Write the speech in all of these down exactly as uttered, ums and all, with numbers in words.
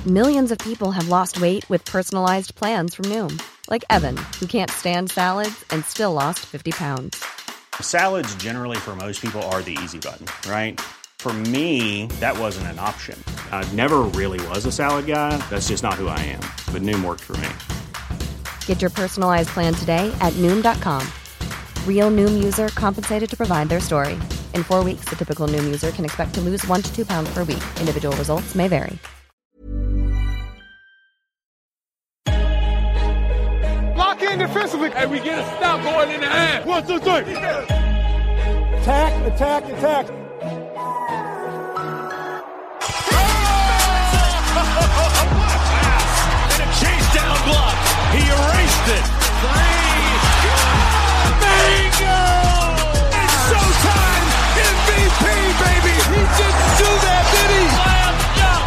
Millions of people have lost weight with personalized plans from Noom. Like Evan, who can't stand salads and still lost fifty pounds. Salads generally for most people are the easy button, right? For me, that wasn't an option. I never really was a salad guy. That's just not who I am. But Noom worked for me. Get your personalized plan today at Noom dot com. Real Noom user compensated to provide their story. In four weeks, the typical Noom user can expect to lose one to two pounds per week. Individual results may vary. Lock in defensively. Hey, we get a stop going in the half. One, two, three. Attack, attack, attack. And a chase down block. He erased it. Three. Bingo! It's showtime. M V P, baby. He didn't do that, did he? Last shot.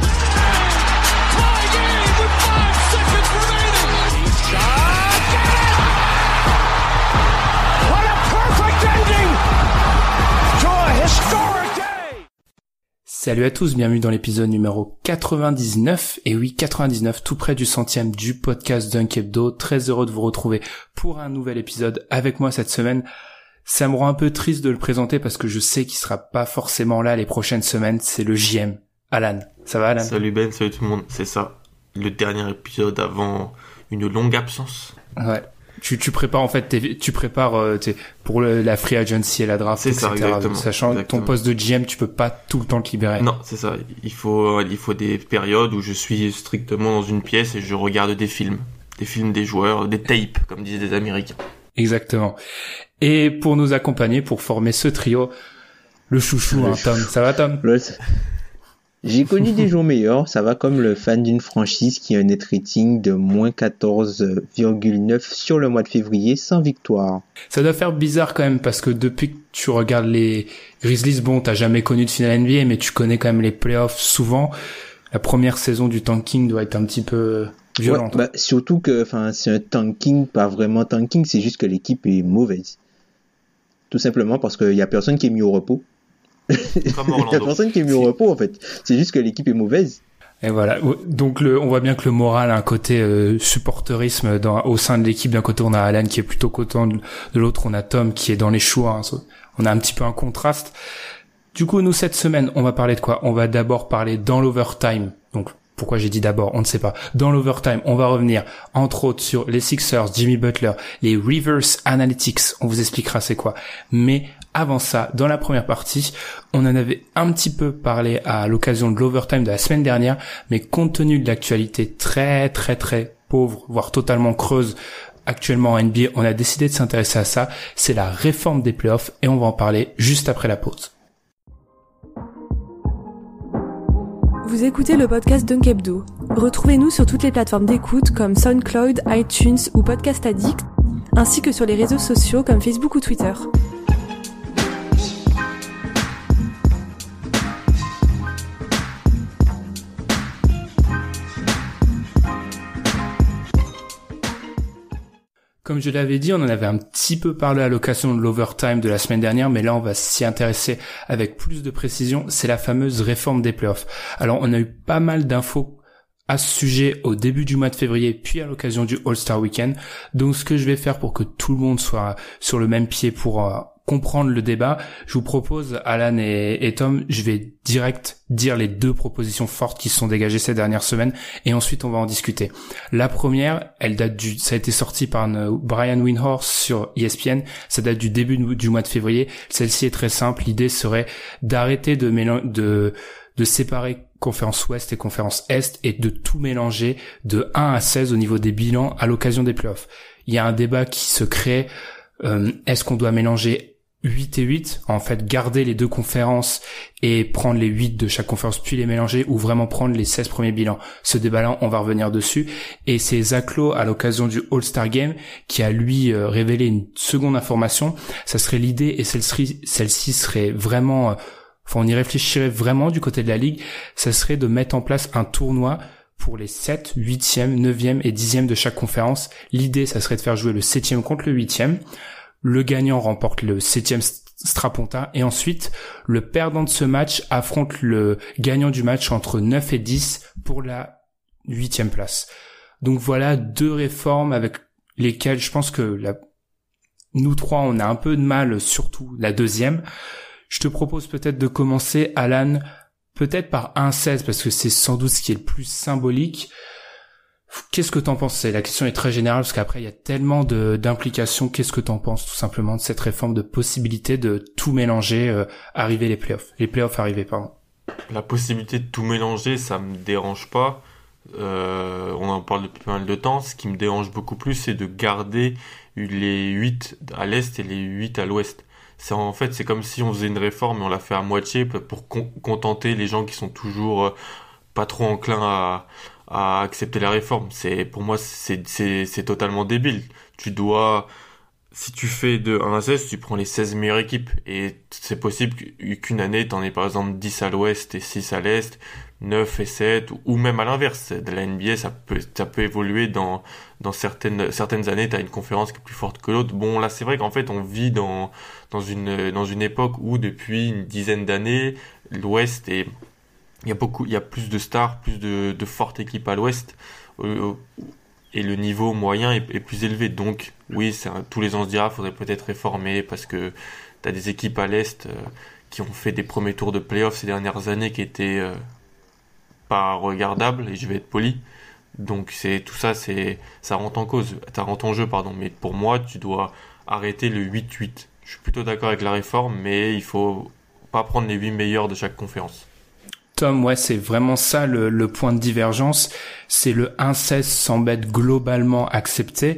Tie game with five seconds remaining. He's shot. Get it! What a perfect ending to a historic day. Salut à tous, bienvenue dans l'épisode numéro quatre-vingt-dix-neuf, et oui quatre-vingt-dix-neuf, tout près du centième du podcast Dunk Hebdo. Très heureux de vous retrouver pour un nouvel épisode avec moi cette semaine. Ça me rend un peu triste de le présenter parce que je sais qu'il sera pas forcément là les prochaines semaines, c'est le J M, Alan. Ça va Alan? Salut Ben, salut tout le monde, c'est ça, le dernier épisode avant une longue absence. Ouais. Tu, tu prépares en fait, tes, tu prépares euh, pour le, la free agency et la draft, c'est et cetera. ça, exactement. Sachant exactement. que ton poste de G M, tu peux pas tout le temps te libérer. Non, c'est ça. Il faut, il faut des périodes où je suis strictement dans une pièce et je regarde des films, des films des joueurs, des tapes, comme disent les Américains. Exactement. Et pour nous accompagner, pour former ce trio, le chouchou, le hein, chou... Tom. Ça va, Tom? Le... J'ai connu des jours meilleurs, ça va comme le fan d'une franchise qui a un net rating de moins quatorze virgule neuf sur le mois de février sans victoire. Ça doit faire bizarre quand même parce que depuis que tu regardes les Grizzlies, bon, t'as jamais connu de finale N B A, mais tu connais quand même les playoffs souvent. La première saison du tanking doit être un petit peu violente. Ouais, bah, surtout que, enfin, c'est un tanking, pas vraiment tanking, c'est juste que l'équipe est mauvaise. Tout simplement parce qu'il y a personne qui est mis au repos. Comme Orlando. Il y a personne qui est mis au repos en fait. C'est juste que l'équipe est mauvaise. Et voilà. Donc le, on voit bien que le moral a un côté euh, supporterisme dans, au sein de l'équipe. D'un côté on a Alan qui est plutôt content, de, de l'autre on a Tom qui est dans les choix. Hein. On a un petit peu un contraste. Du coup nous cette semaine on va parler de quoi? On va d'abord parler dans l'overtime. Donc pourquoi j'ai dit d'abord, on ne sait pas. Dans l'overtime, on va revenir, entre autres, sur les Sixers, Jimmy Butler, les reverse analytics. On vous expliquera c'est quoi. Mais avant ça, dans la première partie, on en avait un petit peu parlé à l'occasion de l'overtime de la semaine dernière, mais compte tenu de l'actualité très très très pauvre, voire totalement creuse actuellement en N B A, on a décidé de s'intéresser à ça. C'est la réforme des playoffs et on va en parler juste après la pause. Vous écoutez le podcast Dunk Hebdo. Retrouvez-nous sur toutes les plateformes d'écoute comme SoundCloud, iTunes ou Podcast Addict, ainsi que sur les réseaux sociaux comme Facebook ou Twitter. Comme je l'avais dit, on en avait un petit peu parlé à l'occasion de l'overtime de la semaine dernière, mais là on va s'y intéresser avec plus de précision. C'est la fameuse réforme des playoffs. Alors on a eu pas mal d'infos à ce sujet au début du mois de février, puis à l'occasion du All-Star Weekend. Donc ce que je vais faire pour que tout le monde soit sur le même pied pour euh, comprendre le débat, je vous propose, Alan et, et Tom, je vais direct dire les deux propositions fortes qui se sont dégagées ces dernières semaines, et ensuite on va en discuter. La première, elle date du, ça a été sorti par une, Brian Windhorst sur E S P N, ça date du début du, du mois de février. Celle-ci est très simple, l'idée serait d'arrêter de mélanger, de de séparer conférence Ouest et conférence Est et de tout mélanger de un à seize au niveau des bilans à l'occasion des playoffs. Il y a un débat qui se crée, euh, est-ce qu'on doit mélanger huit et huit, en fait garder les deux conférences et prendre les huit de chaque conférence puis les mélanger, ou vraiment prendre les seize premiers bilans. Ce débat-là, on va revenir dessus. Et c'est Zach Lowe, à l'occasion du All-Star Game, qui a lui euh, révélé une seconde information. Ça serait l'idée, et celle-ci, celle-ci serait vraiment... Euh, Enfin, on y réfléchirait vraiment du côté de la ligue, ça serait de mettre en place un tournoi pour les sept, huitième, neuvième et dixième de chaque conférence. L'idée, ça serait de faire jouer le septième contre le huitième. Le gagnant remporte le septième Strapontin. Et ensuite, le perdant de ce match affronte le gagnant du match entre neuf et dix pour la huitième place. Donc voilà deux réformes avec lesquelles je pense que la... nous trois, on a un peu de mal, surtout la deuxième. Je te propose peut-être de commencer, Alan, peut-être par un seize, parce que c'est sans doute ce qui est le plus symbolique. Qu'est-ce que t'en penses? La question est très générale, parce qu'après, il y a tellement de, d'implications. Qu'est-ce que t'en penses, tout simplement, de cette réforme, de possibilité de tout mélanger, euh, arriver les playoffs? Les playoffs arriver, pardon. La possibilité de tout mélanger, ça me dérange pas. Euh, on en parle depuis pas mal de temps. Ce qui me dérange beaucoup plus, c'est de garder les huit à l'est et les huit à l'ouest. C'est en fait, c'est comme si on faisait une réforme et on l'a fait à moitié pour con- contenter les gens qui sont toujours euh, pas trop enclins à, à accepter la réforme. C'est, pour moi, c'est, c'est, c'est totalement débile. Tu dois, si tu fais de un à seize, tu prends les seize meilleures équipes. Et c'est possible qu'une année, t'en aies par exemple dix à l'ouest et six à l'est, neuf et sept, ou même à l'inverse. De la N B A, ça peut, ça peut évoluer dans, dans certaines, certaines années, t'as une conférence qui est plus forte que l'autre. Bon, là, c'est vrai qu'en fait, on vit dans, dans une, dans une époque où, depuis une dizaine d'années, l'ouest est, il y a beaucoup, il y a plus de stars, plus de, de fortes équipes à l'ouest, euh, et le niveau moyen est, est plus élevé. Donc, oui, c'est un, tous les ans on se dira, faudrait peut-être réformer parce que t'as des équipes à l'est, euh, qui ont fait des premiers tours de playoffs ces dernières années qui étaient, euh, pas regardable, et je vais être poli. Donc c'est tout ça, c'est ça rentre en cause, ça rentre en jeu, pardon. Mais pour moi, tu dois arrêter le huit huit. Je suis plutôt d'accord avec la réforme, mais il faut pas prendre les huit meilleurs de chaque conférence. Tom, ouais, c'est vraiment ça le, le point de divergence. C'est le un seize semble être globalement accepté,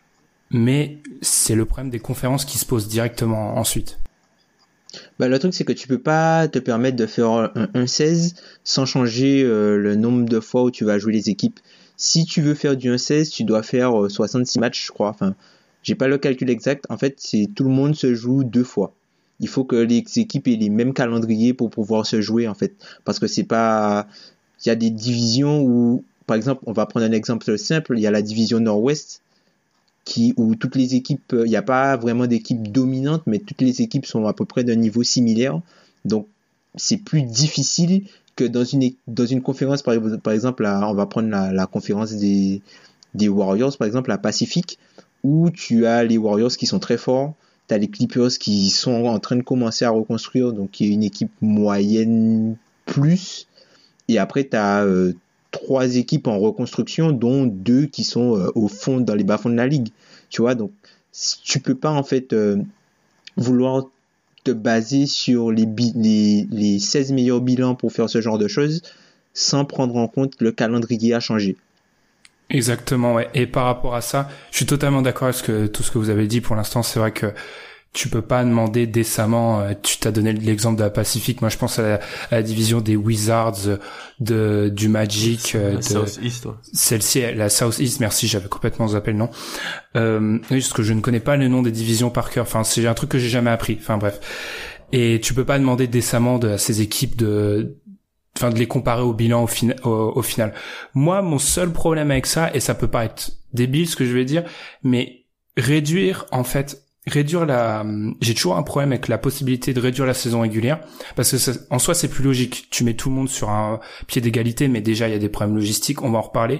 mais c'est le problème des conférences qui se pose directement ensuite. Bah, le truc, c'est que tu peux pas te permettre de faire un un seize sans changer euh, le nombre de fois où tu vas jouer les équipes. Si tu veux faire du un seize, tu dois faire euh, soixante-six matchs, je crois. Enfin, j'ai pas le calcul exact. En fait, c'est tout le monde se joue deux fois. Il faut que les équipes aient les mêmes calendriers pour pouvoir se jouer, en fait. Parce que c'est pas... Il y a des divisions où, par exemple, on va prendre un exemple simple. Il y a la division Nord-Ouest, qui, où toutes les équipes, il n'y a pas vraiment d'équipe dominante, mais toutes les équipes sont à peu près d'un niveau similaire. Donc, c'est plus difficile que dans une, dans une conférence, par, par exemple, la, on va prendre la, la conférence des, des Warriors, par exemple, la Pacifique, où tu as les Warriors qui sont très forts, tu as les Clippers qui sont en train de commencer à reconstruire, donc qui est une équipe moyenne plus, et après, tu as euh, trois équipes en reconstruction, dont deux qui sont euh, au fond, dans les bas-fonds de la ligue. Tu vois, donc tu peux pas en fait euh, vouloir te baser sur les, bi- les, les seize meilleurs bilans pour faire ce genre de choses sans prendre en compte le calendrier à changer. Exactement, ouais. Et par rapport à ça, je suis totalement d'accord avec ce que, tout ce que vous avez dit. Pour l'instant, c'est vrai que tu peux pas demander décemment, euh, tu t'as donné l'exemple de la Pacifique. Moi, je pense à la, à la division des Wizards, de, du Magic, euh, La de, South East, ouais. Celle-ci, la South East, merci, j'avais complètement zappé le nom. Euh, oui, parce que je ne connais pas le nom des divisions par cœur. Enfin, c'est un truc que j'ai jamais appris. Enfin, bref. Et tu peux pas demander décemment de, à ces équipes de, enfin, de les comparer au bilan au, fin, au, au final. Moi, mon seul problème avec ça, et ça peut paraître débile ce que je vais dire, mais réduire, en fait, réduire la, j'ai toujours un problème avec la possibilité de réduire la saison régulière, parce que ça, en soi c'est plus logique. Tu mets tout le monde sur un pied d'égalité, mais déjà il y a des problèmes logistiques, on va en reparler.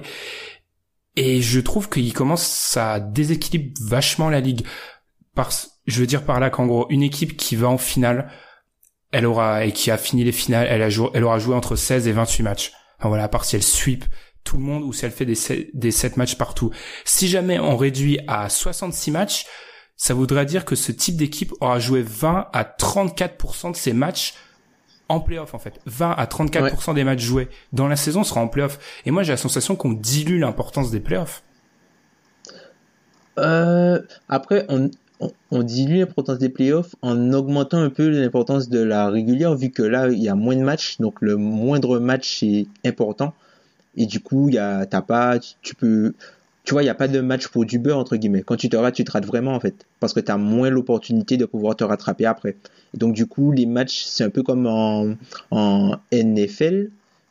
Et je trouve qu'il commence à déséquilibrer vachement la ligue. Par, je veux dire par là qu'en gros, une équipe qui va en finale, elle aura, et qui a fini les finales, elle a joué, elle aura joué entre seize et vingt-huit matchs. Enfin voilà, à part si elle sweep tout le monde ou si elle fait des sept, des sept matchs partout. Si jamais on réduit à soixante-six matchs, ça voudrait dire que ce type d'équipe aura joué vingt à trente-quatre pour cent de ses matchs en play-off, en fait. vingt à trente-quatre pour cent ouais. des matchs joués dans la saison sera en play-off. Et moi, j'ai la sensation qu'on dilue l'importance des play-offs. Euh, après, on, on, on dilue l'importance des play-offs en augmentant un peu l'importance de la régulière, vu que là, il y a moins de matchs, donc le moindre match est important. Et du coup, il y a, t'as pas, tu peux... Tu vois, il n'y a pas de match pour du beurre, entre guillemets. Quand tu te rates, tu te rates vraiment, en fait. Parce que tu as moins l'opportunité de pouvoir te rattraper après. Et donc, du coup, les matchs, c'est un peu comme en, en N F L.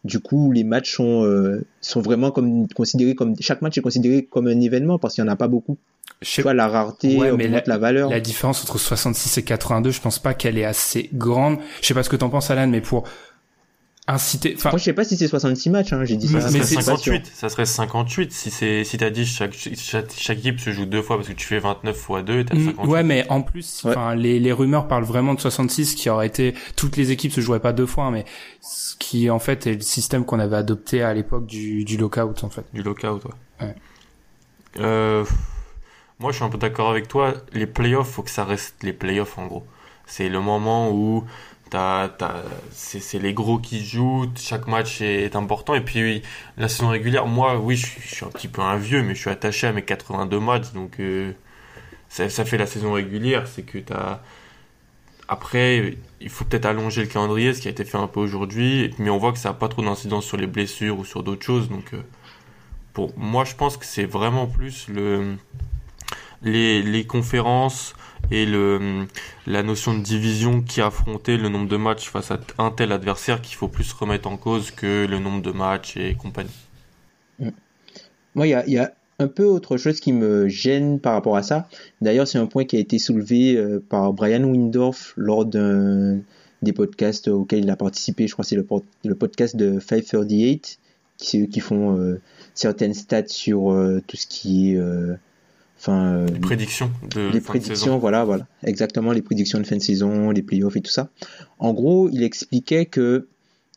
Du coup, les matchs sont euh, sont vraiment comme considérés comme chaque match est considéré comme un événement parce qu'il y en a pas beaucoup. Je sais, tu vois, la rareté ouais, augmente la, la valeur. La différence entre soixante-six et quatre-vingt-deux, je pense pas qu'elle est assez grande. Je sais pas ce que t'en penses, Alan, mais pour inciter, enfin. Moi, je sais pas si c'est soixante-six matchs, hein, j'ai dit ça. ça. Ça serait cinquante-huit. Ça serait cinquante-huit si c'est, si t'as dit chaque, chaque, chaque équipe se joue deux fois parce que tu fais vingt-neuf fois deux et t'as cinquante-huit. Ouais, mais en plus, enfin, ouais. les, les rumeurs parlent vraiment de soixante-six qui aurait été, toutes les équipes se joueraient pas deux fois, mais ce qui, en fait, est le système qu'on avait adopté à l'époque du, du lockout, en fait. Du lockout, ouais. Ouais. Euh, moi, je suis un peu d'accord avec toi. Les playoffs, faut que ça reste les playoffs, en gros. C'est le moment où T'as, t'as, c'est, c'est les gros qui jouent, chaque match est, est important. Et puis oui, la saison régulière, moi, oui, je suis, je suis un petit peu un vieux, mais je suis attaché à mes quatre-vingt-deux matchs, donc euh, ça, ça fait la saison régulière. C'est que t'as. Après, il faut peut-être allonger le calendrier, ce qui a été fait un peu aujourd'hui, mais on voit que ça n'a pas trop d'incidence sur les blessures ou sur d'autres choses. Donc, euh, pour moi, je pense que c'est vraiment plus le les les conférences et le la notion de division qui a affronté le nombre de matchs face à un tel adversaire qu'il faut plus remettre en cause que le nombre de matchs et compagnie. Moi, il y a, y a un peu autre chose qui me gêne par rapport à ça. D'ailleurs, c'est un point qui a été soulevé euh, par Brian Windorf lors d'un des podcasts auxquels il a participé. Je crois que c'est le, le podcast de cinq cent trente-huit, qui c'est eux qui font euh, certaines stats sur euh, tout ce qui est... Euh, Enfin, euh, les prédictions de les fin prédictions, de saison. voilà, voilà, exactement, les prédictions de fin de saison, les playoffs et tout ça. En gros, il expliquait que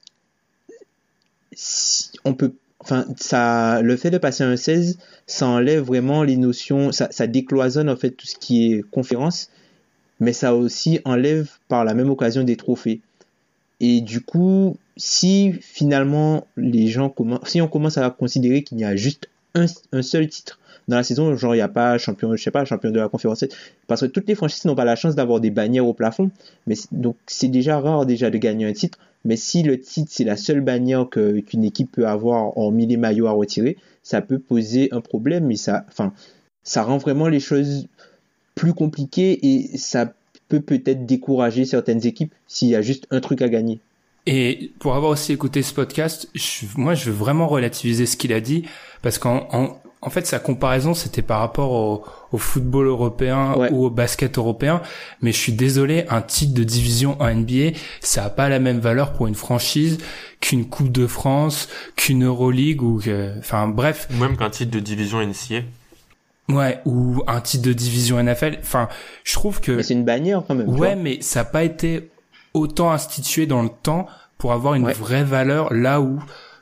si on peut, enfin, ça, le fait de passer à un seize, ça enlève vraiment les notions, ça, ça décloisonne en fait tout ce qui est conférence, mais ça aussi enlève par la même occasion des trophées. Et du coup, si finalement les gens commencent, si on commence à considérer qu'il y a juste un, un seul titre dans la saison, genre il n'y a pas champion, je sais pas, champion de la conférence, parce que toutes les franchises n'ont pas la chance d'avoir des bannières au plafond, mais donc c'est déjà rare déjà de gagner un titre, mais si le titre c'est la seule bannière que, qu'une équipe peut avoir hormis les maillots à retirer, ça peut poser un problème, mais ça, enfin, ça rend vraiment les choses plus compliquées et ça peut peut-être décourager certaines équipes s'il y a juste un truc à gagner. Et pour avoir aussi écouté ce podcast, je, moi je veux vraiment relativiser ce qu'il a dit, parce qu'en en, en fait sa comparaison c'était par rapport au, au football européen ouais. ou au basket européen, mais je suis désolé, un titre de division en N B A, ça a pas la même valeur pour une franchise qu'une Coupe de France, qu'une Euroleague ou que, enfin bref. Ou même qu'un titre de division N C A. Ouais, ou un titre de division N F L. Enfin, je trouve que. Mais c'est une bannière quand même. Ouais, mais ça n'a pas été autant institué dans le temps pour avoir une ouais. vraie valeur là où.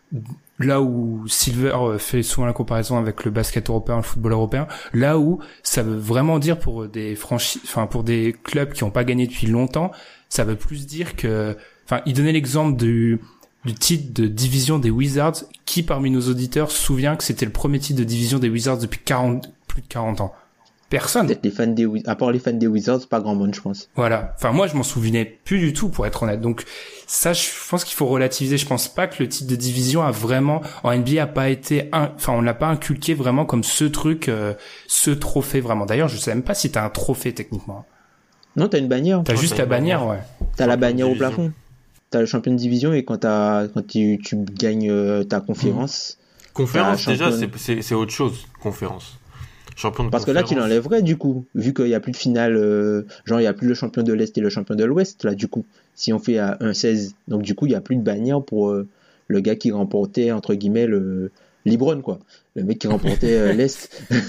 Là où Silver fait souvent la comparaison avec le basket européen, le football européen, là où ça veut vraiment dire pour des franchises, enfin pour des clubs qui n'ont pas gagné depuis longtemps, ça veut plus dire que, enfin, il donnait l'exemple du du titre de division des Wizards. Qui parmi nos auditeurs se souvient que c'était le premier titre de division des Wizards depuis quarante, plus de quarante ans? Personne. Peut-être les fans des, à part les fans des Wizards, pas grand monde, je pense. Voilà. Enfin, moi, je m'en souvenais plus du tout, pour être honnête. Donc, ça, je pense qu'il faut relativiser. Je pense pas que le titre de division a vraiment, en N B A, a pas été, un... enfin, on l'a pas inculqué vraiment comme ce truc, euh, ce trophée vraiment. D'ailleurs, je sais même pas si t'as un trophée techniquement. Non, t'as une bannière. T'as oh, juste t'as la bannière, bannière, ouais. T'as la bannière au plafond. T'as le champion de division et quand t'as, quand tu, tu gagnes euh, ta conférence. Mmh. Conférence, déjà, c'est, c'est, c'est autre chose. Conférence. Champion de Parce conférence. Que là, tu l'enlèverais, du coup. Vu qu'il n'y a plus de finale, euh, genre, il n'y a plus le champion de l'Est et le champion de l'Ouest, là, du coup. Si on fait à un seize. Donc, du coup, il n'y a plus de bannière pour euh, le gars qui remportait, entre guillemets, le LeBron, quoi. Le mec qui remportait euh, l'Est.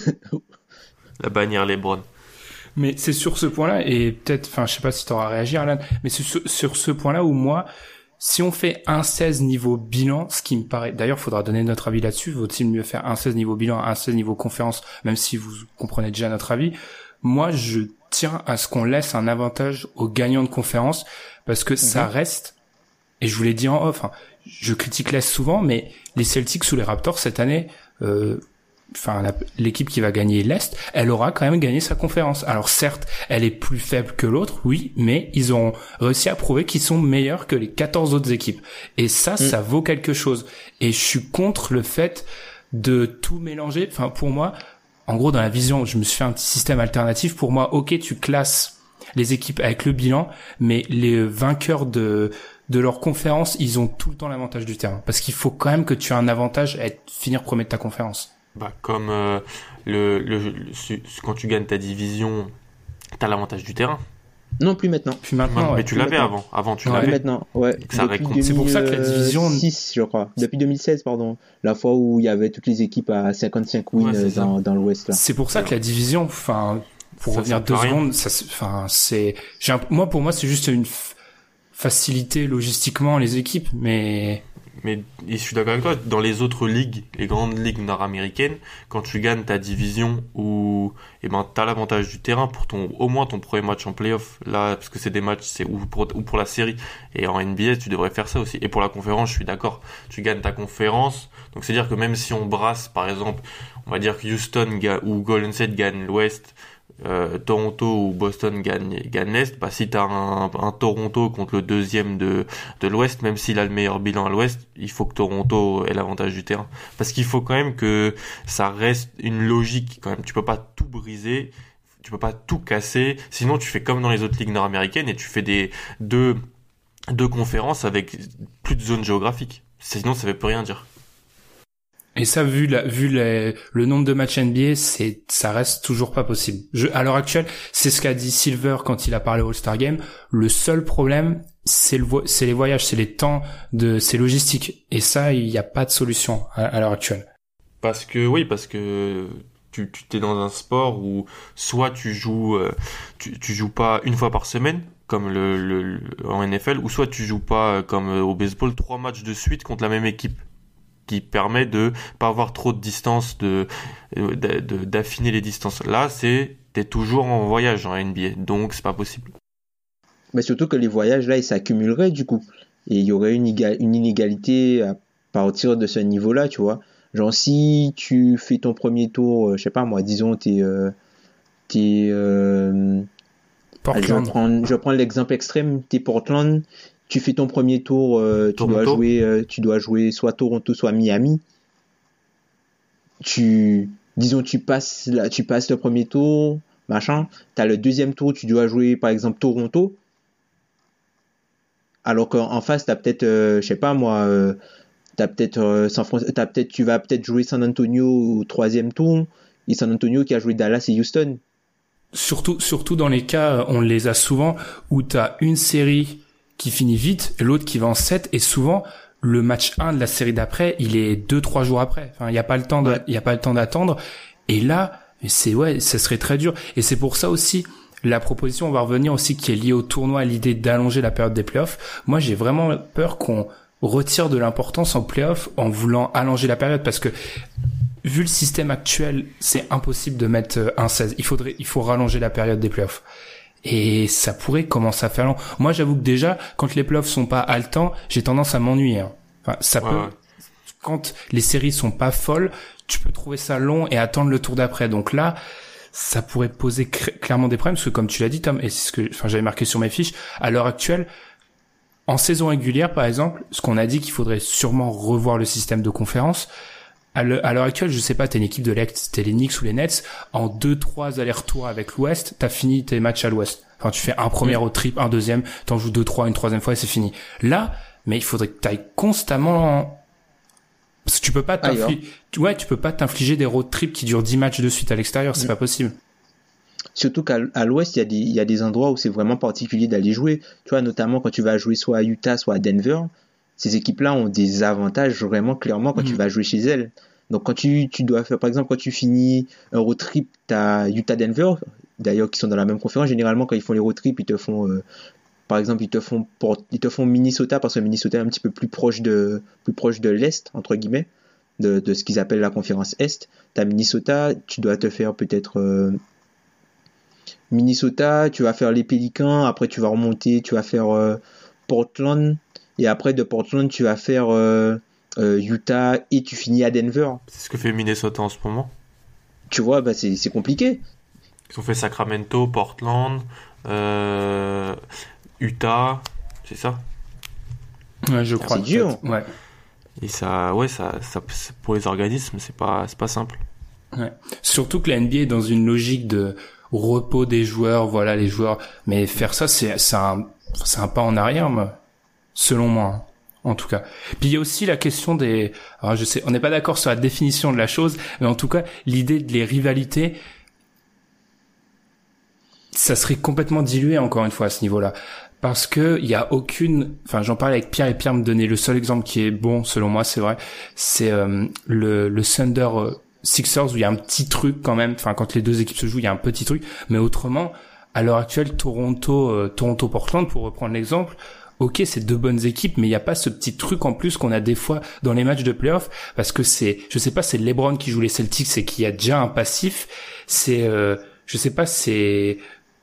La bannière LeBron. Mais c'est sur ce point-là, et peut-être, enfin, je sais pas si t'auras réagi, Alan, mais c'est sur, sur ce point-là où moi, si on fait un seize niveau bilan, ce qui me paraît, d'ailleurs, faudra donner notre avis là-dessus, vaut-il mieux faire un seize niveau bilan, un seize niveau conférence, même si vous comprenez déjà notre avis. Moi, je tiens à ce qu'on laisse un avantage aux gagnants de conférence, parce que mmh. ça reste, et je vous l'ai dit en off, hein, je critique l'Est souvent, mais les Celtics ou les Raptors cette année, euh, enfin la, l'équipe qui va gagner l'Est, elle aura quand même gagné sa conférence. Alors certes, elle est plus faible que l'autre, oui, mais ils ont réussi à prouver qu'ils sont meilleurs que les quatorze autres équipes. Et ça, mmh. ça vaut quelque chose. Et je suis contre le fait de tout mélanger. Enfin, pour moi, en gros, dans la vision, je me suis fait un petit système alternatif. Pour moi, ok, tu classes les équipes avec le bilan, mais les vainqueurs de de leur conférence, ils ont tout le temps l'avantage du terrain. Parce qu'il faut quand même que tu aies un avantage à être, finir premier de ta conférence. Bah, comme euh, le, le, le, le quand tu gagnes ta division, t'as l'avantage du terrain. Non, plus maintenant. Plus maintenant, mais ouais. tu l'avais avant. Avant, tu Ouais. l'avais. Plus maintenant, ouais. Ça Depuis récompte. C'est pour ça que la division- deux mille six, je crois. Depuis deux mille seize, pardon. La fois où il y avait toutes les équipes à cinquante-cinq wins Ouais, c'est ça. dans, dans l'Ouest, là. C'est pour ça que la division, enfin, pour Ça revenir sert deux à rien. secondes, ça, se- enfin, c'est, j'ai un- moi, pour moi, c'est juste une f- facilité logistiquement les équipes, mais Mais et je suis d'accord avec toi, dans les autres ligues, les grandes ligues nord-américaines, quand tu gagnes ta division ou eh ben t'as l'avantage du terrain pour ton au moins ton premier match en playoff là parce que c'est des matchs c'est ou pour ou pour la série et en N B A tu devrais faire ça aussi et pour la conférence je suis d'accord, tu gagnes ta conférence donc c'est à dire que même si on brasse par exemple on va dire que Houston ga- ou Golden State gagne l'Ouest, Euh, Toronto ou Boston gagne gagne l'Est, bah si t'as un, un Toronto contre le deuxième de de l'Ouest, même s'il a le meilleur bilan à l'Ouest, il faut que Toronto ait l'avantage du terrain, parce qu'il faut quand même que ça reste une logique quand même. Tu peux pas tout briser, tu peux pas tout casser, sinon tu fais comme dans les autres ligues nord-américaines et tu fais des deux deux conférences avec plus de zones géographiques. Sinon ça veut plus rien dire. et ça, vu la, vu les, le nombre de matchs N B A, c'est, ça reste toujours pas possible. Je, à l'heure actuelle, c'est ce qu'a dit Silver quand il a parlé au All-Star Game. Le seul problème, c'est le, vo- c'est les voyages, c'est les temps de, c'est logistique. Et ça, il n'y a pas de solution à, à l'heure actuelle. Parce que oui, parce que tu tu t'es dans un sport où soit tu joues euh, tu tu joues pas une fois par semaine comme le, le, le en N F L, ou soit tu joues pas euh, comme euh, au baseball trois matchs de suite contre la même équipe, qui permet de pas avoir trop de distance, de, de, de d'affiner les distances. Là, c'est t'es toujours en voyage en N B A, donc c'est pas possible. Mais surtout que les voyages, là, ils s'accumuleraient, du coup. Et il y aurait une, iga- une inégalité à partir de ce niveau-là, tu vois. Genre, si tu fais ton premier tour, euh, je sais pas moi, disons, t'es... Euh, t'es euh, allez, je vais Portland. prendre, je vais prendre l'exemple extrême, t'es Portland, tu fais ton premier tour, euh, tu, dois Toronto. jouer, euh, tu dois jouer soit Toronto, soit Miami. Tu, disons, tu passes, là, tu passes le premier tour, machin. T'as le deuxième tour, tu dois jouer, par exemple, Toronto. Alors qu'en en face, t'as peut-être, euh, je sais pas moi, euh, t'as peut-être, euh, San Fran- t'as peut-être, tu vas peut-être jouer San Antonio au troisième tour, et San Antonio qui a joué Dallas et Houston. Surtout, surtout dans les cas, on les a souvent, où t'as une série qui finit vite, et l'autre qui va en sept, et souvent, le match un de la série d'après, il est deux, trois jours après. Enfin, il y a pas le temps de, Ouais. il y a pas le temps d'attendre. Et là, c'est, ouais, ça serait très dur. Et c'est pour ça aussi, la proposition, on va revenir aussi, qui est liée au tournoi, à l'idée d'allonger la période des playoffs. Moi, j'ai vraiment peur qu'on retire de l'importance en playoffs en voulant allonger la période, parce que, vu le système actuel, c'est impossible de mettre un seize. Il faudrait, il faut rallonger la période des playoffs. Et ça pourrait commencer à faire long. Moi, j'avoue que déjà, quand les playoffs sont pas haletants, j'ai tendance à m'ennuyer. hein. Enfin, ça Ouais, peut, ouais. quand les séries sont pas folles, tu peux trouver ça long et attendre le tour d'après. Donc là, ça pourrait poser cr- clairement des problèmes, parce que comme tu l'as dit, Tom, et c'est ce que, enfin, j'avais marqué sur mes fiches, à l'heure actuelle, en saison régulière, par exemple, ce qu'on a dit qu'il faudrait sûrement revoir le système de conférence. À le- à l'heure actuelle, je sais pas, t'es une équipe de l'Est, t'es les Knicks ou les Nets, en deux, trois allers-retours avec l'Ouest, t'as fini tes matchs à l'Ouest. Enfin, tu fais un premier road trip, un deuxième, t'en joues deux, trois, une troisième fois et c'est fini. Là, mais il faudrait que t'ailles constamment en... Parce que tu peux pas Ailleurs. t'infliger, ouais, tu peux pas t'infliger des road trips qui durent dix matchs de suite à l'extérieur, c'est Mm. pas possible. Surtout qu'à à l'ouest, il y a des, il y a des endroits où c'est vraiment particulier d'aller jouer. Tu vois, notamment quand tu vas jouer soit à Utah, soit à Denver, ces équipes-là ont des avantages vraiment clairement quand Mhm. tu vas jouer chez elles. Donc quand tu, tu dois faire, par exemple, quand tu finis un road trip, t'as Utah-Denver, d'ailleurs qui sont dans la même conférence, généralement quand ils font les road trips, ils te font, euh, par exemple, ils te font, Port- ils te font Minnesota, parce que Minnesota est un petit peu plus proche de, plus proche de l'Est, entre guillemets, de, de ce qu'ils appellent la conférence Est. T'as Minnesota, tu dois te faire peut-être... euh, Minnesota, tu vas faire les Pélicans, après tu vas remonter, tu vas faire euh, Portland, et après de Portland tu vas faire euh, euh, Utah, et tu finis à Denver. C'est ce que fait Minnesota en ce moment. Tu vois, bah c'est c'est compliqué. Ils ont fait Sacramento, Portland, euh, Utah, c'est ça. Ouais, je crois. c'est dur. Ouais. Et ça, ouais, ça, ça, c'est- pour les organismes, c'est pas, c'est pas simple. Ouais. Surtout que la N B A est dans une logique de repos des joueurs, voilà, les joueurs. Mais faire ça, c'est, c'est un, c'est un pas en arrière, moi. selon moi. Hein. En tout cas. Puis il y a aussi la question des, alors je sais, on n'est pas d'accord sur la définition de la chose, mais en tout cas, l'idée de les rivalités, ça serait complètement dilué encore une fois à ce niveau-là. Parce que il y a aucune, enfin j'en parlais avec Pierre et Pierre me donnait le seul exemple qui est bon selon moi, c'est vrai, c'est euh, le le Thunder euh, Sixers où il y a un petit truc quand même, enfin quand les deux équipes se jouent, il y a un petit truc, mais autrement, à l'heure actuelle, Toronto euh, Toronto Portland pour reprendre l'exemple, OK, c'est deux bonnes équipes, mais il y a pas ce petit truc en plus qu'on a des fois dans les matchs de playoff, parce que c'est, je sais pas, c'est LeBron qui joue les Celtics et qui a déjà un passif, c'est, euh, je sais pas, c'est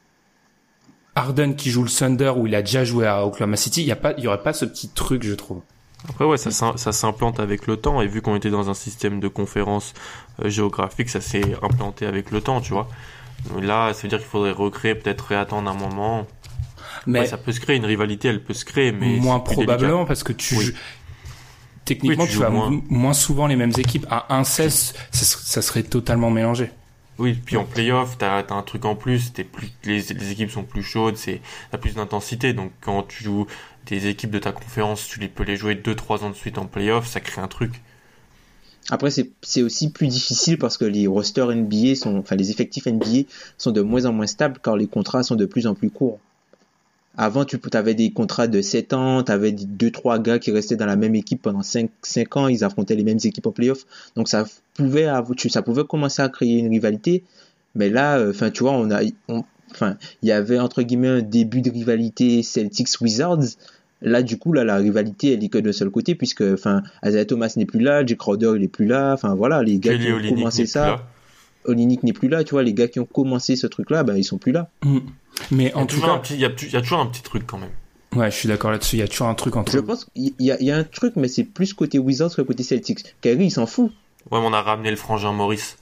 Harden qui joue le Thunder où il a déjà joué à Oklahoma City, il y a pas, il y aurait pas ce petit truc, je trouve. Après ouais, ça ça s'implante avec le temps, et vu qu'on était dans un système de conférence euh, géographique, ça s'est implanté avec le temps, tu vois. Là, ça veut dire qu'il faudrait recréer, peut-être réattendre un moment. Mais ouais, ça peut se créer, une rivalité, elle peut se créer, mais moins probablement délicat. Parce que tu oui. joues... techniquement oui, tu, tu as moins... moins souvent les mêmes équipes. À un seize, ça, ça serait totalement mélangé. Oui, puis en play-off, t'as, t'as un truc en plus, t'es plus, les, les équipes sont plus chaudes, c'est, t'as plus d'intensité, donc quand tu joues des équipes de ta conférence, tu les peux les jouer deux trois ans de suite en play-off, ça crée un truc. Après, c'est, c'est aussi plus difficile parce que les rosters N B A sont, enfin, les effectifs N B A sont de moins en moins stables car les contrats sont de plus en plus courts. Avant, tu avais des contrats de sept ans, tu avais deux trois gars qui restaient dans la même équipe pendant cinq ans, ils affrontaient les mêmes équipes en play-off. Donc ça pouvait ça pouvait commencer à créer une rivalité, mais là enfin euh, tu vois, on a enfin il y avait entre guillemets un début de rivalité Celtics Wizards. Là du coup là la rivalité elle est que d'un seul côté puisque enfin Isaiah Thomas n'est plus là, Jay Crowder il est plus là, enfin voilà, les gars Kelly qui ont Olynyk commencé ça. Olynyk n'est plus là, tu vois, les gars qui ont commencé ce truc là, ben ils sont plus là. Mmh. Mais en tout cas, il y, y a toujours un petit truc quand même. Ouais, je suis d'accord là-dessus. Il y a toujours un truc entre. Je pense qu'il y a, il y a un truc, mais c'est plus côté Wizards que côté Celtics. Kyrie, il s'en fout. Ouais, mais on a ramené le frangin Maurice.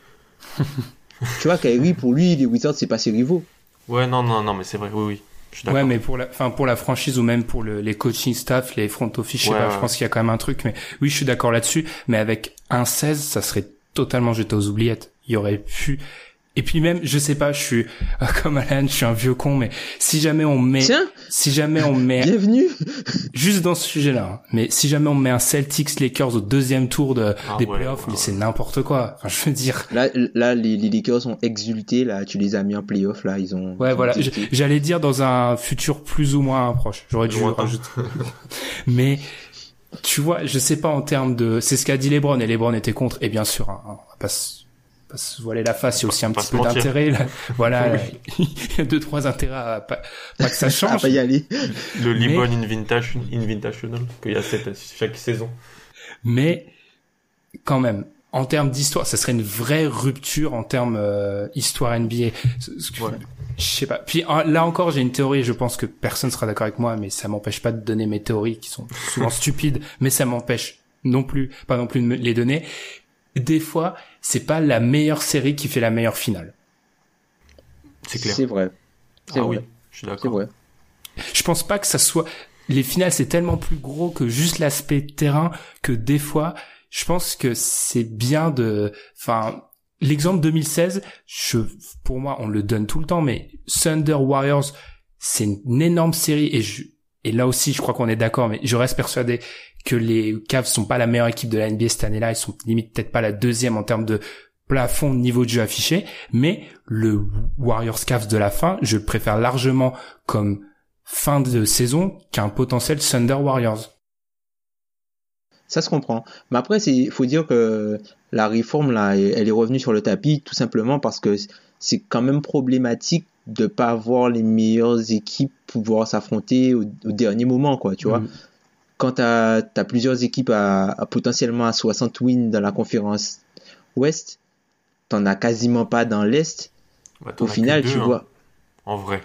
Tu vois, Kyrie, pour lui, les Wizards, c'est pas ses rivaux. Ouais, non, non, non, mais c'est vrai, oui, oui. Je suis d'accord. Ouais, mais pour la, enfin, pour la franchise ou même pour le, les coaching staff, les front office, je sais ouais, pas, ouais. Je pense qu'il y a quand même un truc. Mais oui, je suis d'accord là-dessus. Mais avec un seize, ça serait totalement jeté aux oubliettes. Il y aurait pu. Et puis même, je sais pas, je suis comme Alan, je suis un vieux con, mais si jamais on met, Tiens, si jamais on met, bienvenue, juste dans ce sujet-là, hein, mais si jamais on met un Celtics Lakers au deuxième tour de ah, des ouais, playoffs, ouais, mais ouais. C'est n'importe quoi. Enfin, je veux dire. Là, là, les, les Lakers ont exulté. Là, tu les as mis en playoffs. Là, ils ont. Ouais, ils ont voilà. J'allais dire dans un futur plus ou moins proche. J'aurais dû le rajouter. Mais tu vois, je sais pas en termes de. C'est ce qu'a dit LeBron et LeBron était contre. Et bien sûr, hein, on va pas se se voiler la face, il y a aussi un petit peu mentir. D'intérêt là. Voilà, là, il y a deux trois intérêts à pas, pas que ça change. À pas y aller. Le Libon Invitation, Invitational qu'il y a cette, chaque saison. Mais quand même, en termes d'histoire, ça serait une vraie rupture en termes euh, histoire N B A. Ouais. Je sais pas. Puis là encore, j'ai une théorie. Je pense que personne sera d'accord avec moi, mais ça m'empêche pas de donner mes théories qui sont souvent stupides, mais ça m'empêche non plus, pas non plus de me les donner. Des fois, c'est pas la meilleure série qui fait la meilleure finale. C'est clair. C'est vrai. C'est ah vrai. Oui, je suis d'accord. C'est vrai. Je pense pas que ça soit, les finales c'est tellement plus gros que juste l'aspect terrain que des fois, je pense que c'est bien de, enfin, l'exemple deux mille seize, je, pour moi, on le donne tout le temps, mais Thunder Warriors, c'est une énorme série et je, et là aussi, je crois qu'on est d'accord, mais je reste persuadé que les Cavs sont pas la meilleure équipe de la N B A cette année-là, ils sont limite peut-être pas la deuxième en termes de plafond de niveau de jeu affiché, mais le Warriors Cavs de la fin, je le préfère largement comme fin de saison qu'un potentiel Thunder Warriors. Ça se comprend. Mais après, il faut dire que la réforme, là, elle est revenue sur le tapis tout simplement parce que c'est quand même problématique de pas avoir les meilleures équipes pouvoir s'affronter au, au dernier moment, quoi, tu vois. Mmh. Quand t'as, t'as plusieurs équipes à, à potentiellement à soixante wins dans la conférence Ouest, t'en as quasiment pas dans l'Est. Bah, au final, deux, tu hein. vois. En vrai.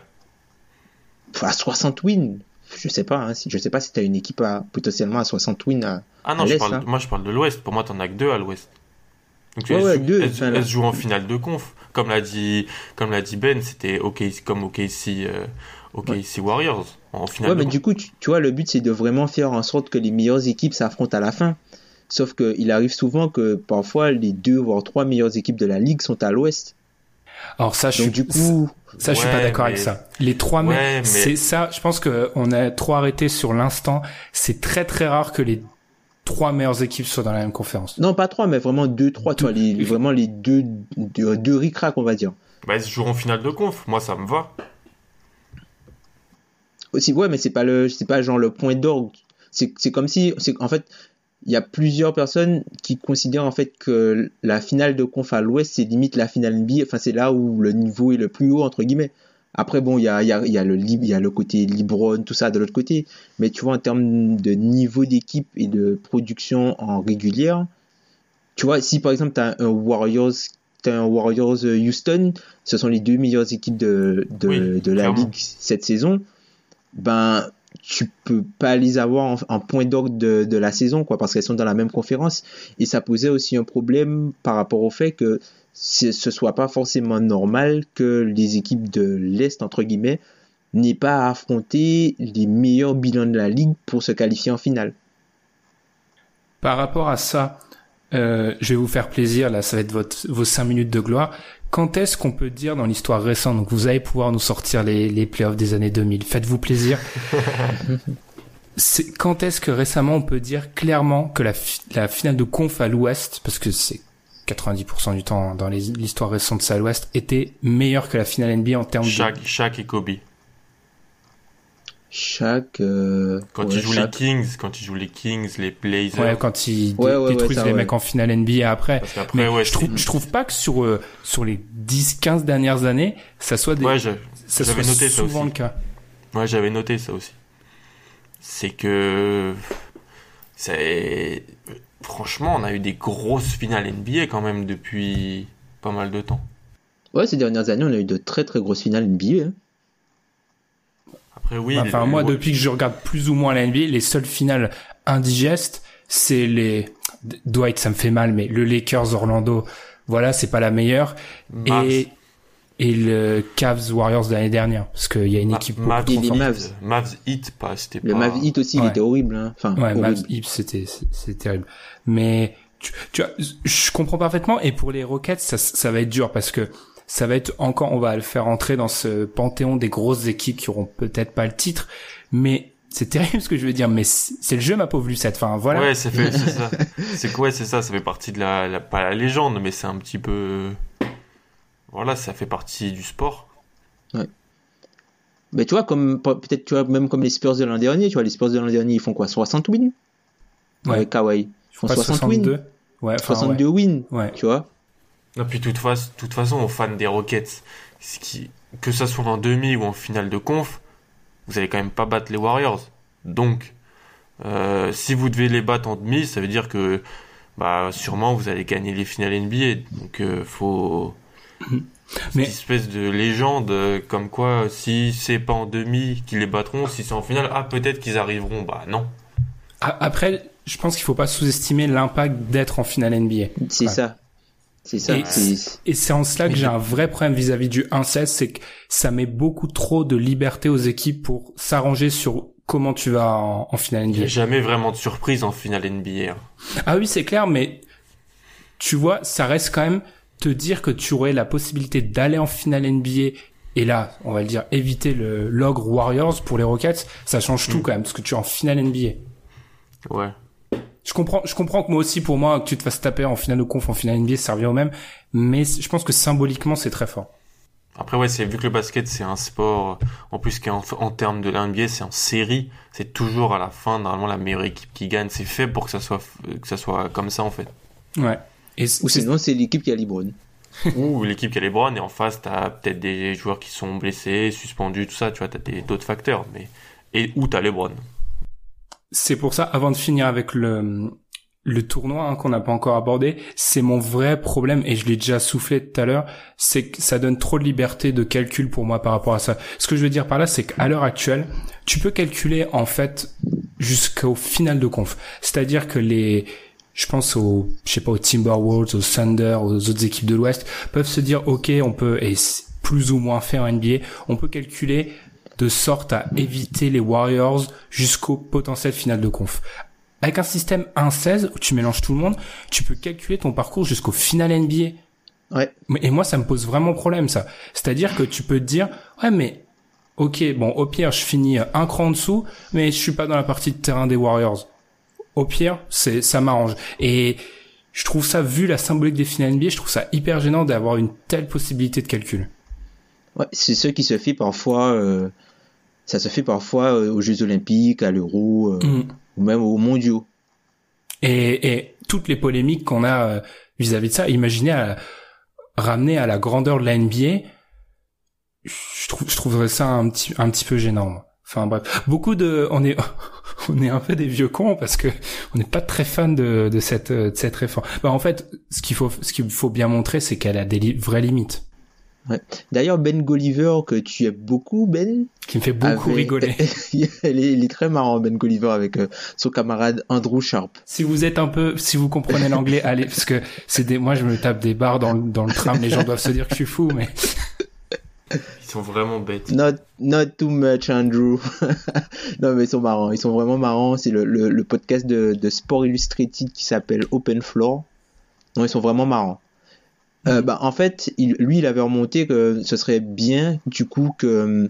À soixante wins. Je sais pas, hein, si, je sais pas si t'as une équipe à, potentiellement à soixante wins à, ah non, à je l'Est. Parle, hein. Moi, je parle de l'Ouest. Pour moi, t'en as que deux à l'Ouest. Donc, ouais, elles, ouais, jouent, deux, elles, enfin, elles jouent en finale de conf. Comme l'a dit, comme l'a dit Ben, c'était O K C, comme O K C, euh, O K C ouais. Warriors en finale. Ouais, de mais conf. du coup, tu, tu vois, le but c'est de vraiment faire en sorte que les meilleures équipes s'affrontent à la fin. Sauf que il arrive souvent que parfois les deux voire trois meilleures équipes de la ligue sont à l'Ouest. Alors ça, je Donc suis, du coup, ça, je suis ouais, pas d'accord mais... avec ça. Les trois, ouais, mais, mais c'est ça, je pense que on a trop arrêté sur l'instant. C'est très très rare que les trois meilleures équipes soient dans la même conférence. non pas trois, mais vraiment deux, trois, tu vois, les, les- vraiment les deux, deux, deux ric-rac, on va dire. bah, ils se joueront en finale de conf. Moi, ça me va. Aussi, ouais, mais c'est pas le, c'est pas genre le point d'orgue. C'est, c'est comme si, c'est, en fait, il y a plusieurs personnes qui considèrent en fait que la finale de conf à l'Ouest, c'est limite la finale N B A. Enfin, c'est là où le niveau est le plus haut entre guillemets. Après, bon, il y a, il y a, il y a le, il y a le côté LeBron, tout ça de l'autre côté. Mais tu vois, en termes de niveau d'équipe et de production en régulière, tu vois, si par exemple t'as un Warriors, t'as un Warriors Houston, ce sont les deux meilleures équipes de, de, Oui, de la clairement. ligue cette saison. Ben, tu peux pas les avoir en, en point d'orgue de, de la saison, quoi, parce qu'elles sont dans la même conférence. Et ça posait aussi un problème par rapport au fait que ce soit pas forcément normal que les équipes de l'Est, entre guillemets, n'aient pas à affronter les meilleurs bilans de la ligue pour se qualifier en finale. Par rapport à ça, euh, je vais vous faire plaisir. Là, ça va être votre, vos cinq minutes de gloire. Quand est-ce qu'on peut dire dans l'histoire récente, donc vous allez pouvoir nous sortir les, les playoffs des années deux mille, faites-vous plaisir. C'est, quand est-ce que récemment on peut dire clairement que la, fi- la finale de conf à l'Ouest, parce que c'est quatre-vingt-dix pour cent du temps dans les, l'histoire récente c'est à l'Ouest, était meilleure que la finale N B A en termes Shaq, de... Shaq et Kobe. Chaque euh, Quand ouais, ils jouent chaque... les Kings, quand ils jouent les Kings, les Blazers. Ouais, quand ils Ouais, dé- ouais, ouais, détruisent ça, les ouais. mecs en finale N B A après. Parce qu'après, Mais ouais, je trouve, c'est- je trouve pas que sur, euh, sur les dix, quinze dernières années, ça soit des, Ouais, je- ça j'avais soit noté ça souvent aussi. le cas. Ouais, j'avais noté ça aussi. C'est que c'est franchement, on a eu des grosses finales N B A quand même depuis pas mal de temps. Ouais, ces dernières années, on a eu de très très grosses finales N B A. Hein. Après oui, Enfin, le- moi, ouais, depuis que je regarde plus ou moins la N B A, les seules finales indigestes, c'est les, Dwight, ça me fait mal, mais le Lakers Orlando, voilà, c'est pas la meilleure. Mavs. Et, et le Cavs Warriors de l'année dernière, parce qu'il y a une Ma- équipe Mavs, beaucoup Et trop les forte. Mavs. Mavs Heat, pas, c'était Le pas. Mav Heat aussi, il Ouais. était horrible. Hein. Enfin, Ouais, horrible. Mavs Hips, c'était, c'est, c'est terrible. Mais, tu, tu vois, je comprends parfaitement, et pour les Rockets, ça, ça va être dur, parce que ça va être encore, on va le faire entrer dans ce panthéon des grosses équipes qui auront peut-être pas le titre, mais c'est terrible ce que je veux dire, mais c'est c'est le jeu, ma pauvre Lucette. Enfin, voilà. Ouais, c'est fait, c'est ça. C'est quoi, c'est ça, ça fait partie de la, la, pas la légende, mais c'est un petit peu, voilà, ça fait partie du sport. Mais tu vois, comme peut-être tu vois même comme les Spurs de l'an dernier, tu vois, les Spurs de l'an dernier, ils font quoi, soixante wins Ouais. avec Kawhi. Ils font Pas soixante soixante-deux. wins, Ouais, enfin, soixante-deux ouais. wins, Ouais. tu vois. Et puis, de toute, fa- toute façon, aux fans des Rockets, ce qui, que ça soit en demi ou en finale de conf, vous allez quand même pas battre les Warriors. Donc, euh, si vous devez les battre en demi, ça veut dire que, bah, sûrement vous allez gagner les finales N B A. Donc, euh, faut, Mais- cette espèce de légende, euh, comme quoi, si c'est pas en demi qu'ils les battront, si c'est en finale, ah, peut-être qu'ils arriveront. Bah, non. A- Après, je pense qu'il faut pas sous-estimer l'impact d'être en finale N B A. C'est Ouais. ça. C'est ça. Et- c'est... Et c'est en cela que j'ai un vrai problème vis-à-vis du un seize, c'est que ça met beaucoup trop de liberté aux équipes pour s'arranger sur comment tu vas en, en finale Il n'y N B a A. jamais vraiment de surprise en finale N B A. hein. Ah oui, c'est clair, mais tu vois, ça reste quand même te dire que tu aurais la possibilité d'aller en finale N B A et là, on va le dire, éviter le l'ogre Warriors pour les Rockets, ça change tout Mm. quand même, parce que tu es en finale N B A. Ouais. Je comprends, je comprends que moi aussi, pour moi, que tu te fasses taper en finale de conf, en finale N B A, ça revient au même, mais je pense que symboliquement, c'est très fort. Après, ouais, c'est, vu que le basket, c'est un sport, en plus, qui est en, en termes de la N B A, c'est en série, c'est toujours à la fin, normalement, la meilleure équipe qui gagne. C'est fait pour que ça soit, que ça soit comme ça, en fait. Ouais. Et Ou c'est, sinon, c'est l'équipe qui a LeBron. Ou l'équipe qui a les Browns, et en face, t'as peut-être des joueurs qui sont blessés, suspendus, tout ça, tu vois, t'as des, d'autres facteurs, mais, et où t'as les Browns. c'est pour ça, avant de finir avec le, le tournoi hein, qu'on n'a pas encore abordé, c'est mon vrai problème, et je l'ai déjà soufflé tout à l'heure, c'est que ça donne trop de liberté de calcul pour moi par rapport à ça. Ce que je veux dire par là, c'est qu'à l'heure actuelle, tu peux calculer en fait jusqu'au final de conf. C'est-à-dire que les, je pense aux, je sais pas, aux Timberwolves, aux Thunder, aux autres équipes de l'Ouest, peuvent se dire, ok, on peut, et c'est plus ou moins fait en N B A, on peut calculer de sorte à éviter les Warriors jusqu'au potentiel final de conf. Avec un système un seize où tu mélanges tout le monde, tu peux calculer ton parcours jusqu'au final N B A. Ouais. Et moi, ça me pose vraiment problème, ça. C'est-à-dire que tu peux te dire, ouais, mais, ok, bon, au pire, je finis un cran en dessous, mais je suis pas dans la partie de terrain des Warriors. Au pire, c'est, ça m'arrange. Et je trouve ça, vu la symbolique des finales N B A, je trouve ça hyper gênant d'avoir une telle possibilité de calcul. Ouais, c'est ce qui se fait parfois, euh, ça se fait parfois euh, aux Jeux Olympiques, à l'Euro, euh, mm. ou même aux Mondiaux. Et, et toutes les polémiques qu'on a euh, vis-à-vis de ça, imaginez à, ramener à la grandeur de la N B A, je trouve, je trouverais ça un petit, un petit peu gênant. Moi. Enfin bref, beaucoup de, on est, on est un peu des vieux cons parce que on n'est pas très fan de, de cette, de cette réforme. Bah en fait, ce qu'il faut, ce qu'il faut bien montrer, c'est qu'elle a des li- vraies limites. Ouais. D'ailleurs, Ben Golliver, que tu aimes beaucoup, Ben, qui me fait beaucoup avait... rigoler. il, est, il est très marrant, Ben Golliver, avec euh, son camarade Andrew Sharp. Si vous êtes un peu, si vous comprenez l'anglais, allez, parce que c'est des, moi je me tape des barres dans le, dans le tram, les gens doivent se dire que je suis fou, mais ils sont vraiment bêtes. Not, not too much, Andrew. Non, mais ils sont marrants, ils sont vraiment marrants. C'est le, le, le podcast de, de Sport Illustrated qui s'appelle Open Floor. Non, ils sont vraiment marrants. Euh, bah, en fait, il, lui, il avait remonté que ce serait bien, du coup, que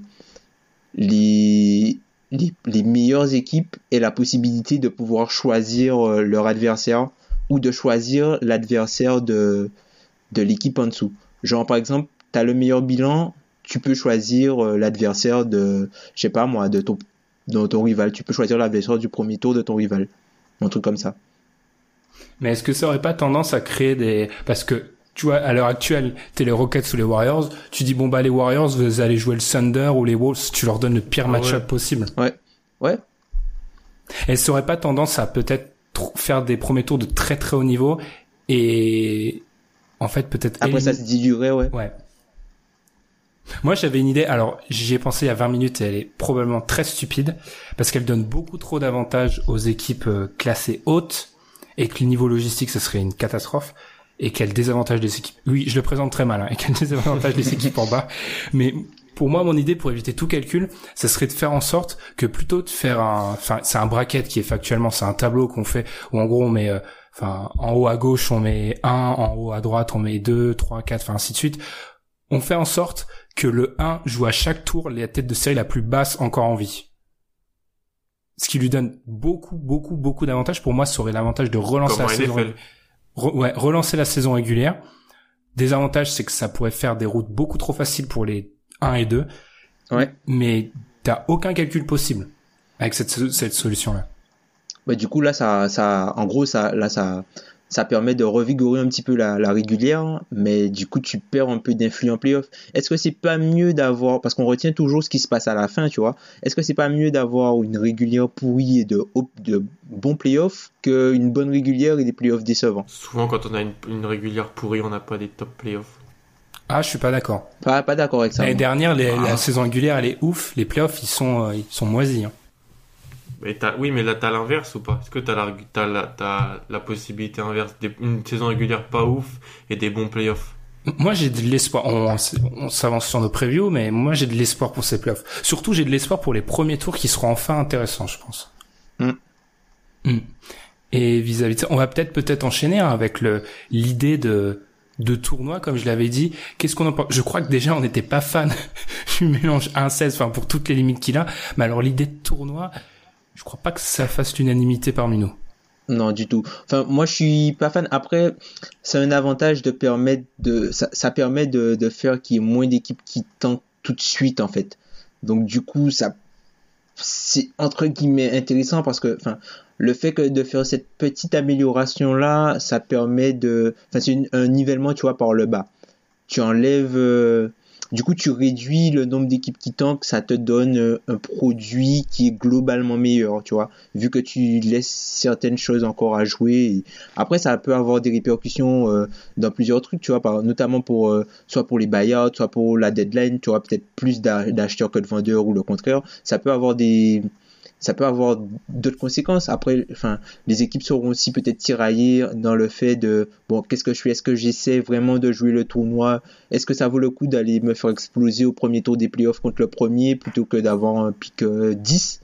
les, les, les meilleures équipes aient la possibilité de pouvoir choisir leur adversaire ou de choisir l'adversaire de, de l'équipe en dessous. Genre, par exemple, tu as le meilleur bilan, tu peux choisir l'adversaire de, je sais pas moi, de ton, de ton rival. Tu peux choisir l'adversaire du premier tour de ton rival. Un truc comme ça. Mais est-ce que ça aurait pas tendance à créer des... Parce que tu vois, à l'heure actuelle, t'es les Rockets ou les Warriors, tu dis, bon, bah, les Warriors, vous allez jouer le Thunder ou les Wolves, tu leur donnes le pire ah match-up ouais. possible. Ouais. Ouais. Et ça aurait pas tendance à peut-être faire des premiers tours de très très haut niveau et, en fait, peut-être... Après, éliminer... ça se diluerait, ouais. Ouais. Moi, j'avais une idée, alors, j'y ai pensé il y a vingt minutes et elle est probablement très stupide parce qu'elle donne beaucoup trop d'avantages aux équipes classées hautes et que le niveau logistique, ce serait une catastrophe. Et quel désavantage des équipes. Oui, je le présente très mal, hein, et quel désavantage des équipes en bas. Mais pour moi, mon idée, pour éviter tout calcul, ça serait de faire en sorte que plutôt de faire un, enfin, c'est un bracket qui est factuellement, c'est un tableau qu'on fait où en gros on met, euh, enfin, en haut à gauche on met un, en haut à droite on met deux, trois, quatre, enfin ainsi de suite. On fait en sorte que le un joue à chaque tour la tête de série la plus basse encore en vie. Ce qui lui donne beaucoup, beaucoup, beaucoup d'avantages. Pour moi, ça aurait l'avantage de relancer Comme la saison. Re- ouais, relancer la saison régulière. Des avantages, c'est que ça pourrait faire des routes beaucoup trop faciles pour les un et deux. Ouais. Mais t'as aucun calcul possible avec cette, cette solution-là. Bah, du coup, là, ça, ça, en gros, ça, là, ça, ça permet de revigorer un petit peu la, la régulière, mais du coup, tu perds un peu d'influx en playoff. Est-ce que c'est pas mieux d'avoir, parce qu'on retient toujours ce qui se passe à la fin, tu vois, est-ce que c'est pas mieux d'avoir une régulière pourrie et de, de bons playoffs qu'une bonne régulière et des playoffs décevants? Souvent, quand on a une, une régulière pourrie, on n'a pas des top playoffs. Ah, je suis pas d'accord. Pas, pas d'accord avec ça. L'année moi. dernière, les, ah. la saison régulière, elle est ouf. Les playoffs, ils sont, euh, ils sont moisis. Hein. Mais t'as, oui, mais là, t'as l'inverse ou pas? Est-ce que t'as la, t'as la, t'as la possibilité inverse, des, une saison régulière pas ouf et des bons playoffs? Moi, j'ai de l'espoir. On, on s'avance sur nos previews, mais moi, j'ai de l'espoir pour ces playoffs. Surtout, j'ai de l'espoir pour les premiers tours qui seront enfin intéressants, je pense. Mm. Mm. Et vis-à-vis de ça, on va peut-être peut-être enchaîner hein, avec le l'idée de de tournoi, comme je l'avais dit. Qu'est-ce qu'on en pense? Je crois que déjà, on n'était pas fan du mélange un seize, enfin pour toutes les limites qu'il a. Mais alors, l'idée de tournoi, je crois pas que ça fasse l'unanimité parmi nous. Non, du tout. Enfin, moi, je suis pas fan. Après, c'est un avantage de permettre de, ça, ça permet de, de faire qu'il y ait moins d'équipes qui tentent tout de suite, en fait. Donc, du coup, ça, c'est entre guillemets intéressant parce que, enfin, le fait que de faire cette petite amélioration là, ça permet de, enfin, c'est une, un nivellement, tu vois, par le bas. Tu enlèves, euh, du coup, tu réduis le nombre d'équipes qui tankent, ça te donne un produit qui est globalement meilleur, tu vois, vu que tu laisses certaines choses encore à jouer. Et après, ça peut avoir des répercussions euh, dans plusieurs trucs, tu vois, par, notamment pour euh, soit pour les buyouts, soit pour la deadline, tu vois, peut-être plus d'acheteurs que de vendeurs ou le contraire. Ça peut avoir des ça peut avoir d'autres conséquences. Après, enfin, les équipes seront aussi peut-être tiraillées dans le fait de, bon, qu'est-ce que je fais? Est-ce que j'essaie vraiment de jouer le tournoi? Est-ce que ça vaut le coup d'aller me faire exploser au premier tour des playoffs contre le premier plutôt que d'avoir un pick euh, dix?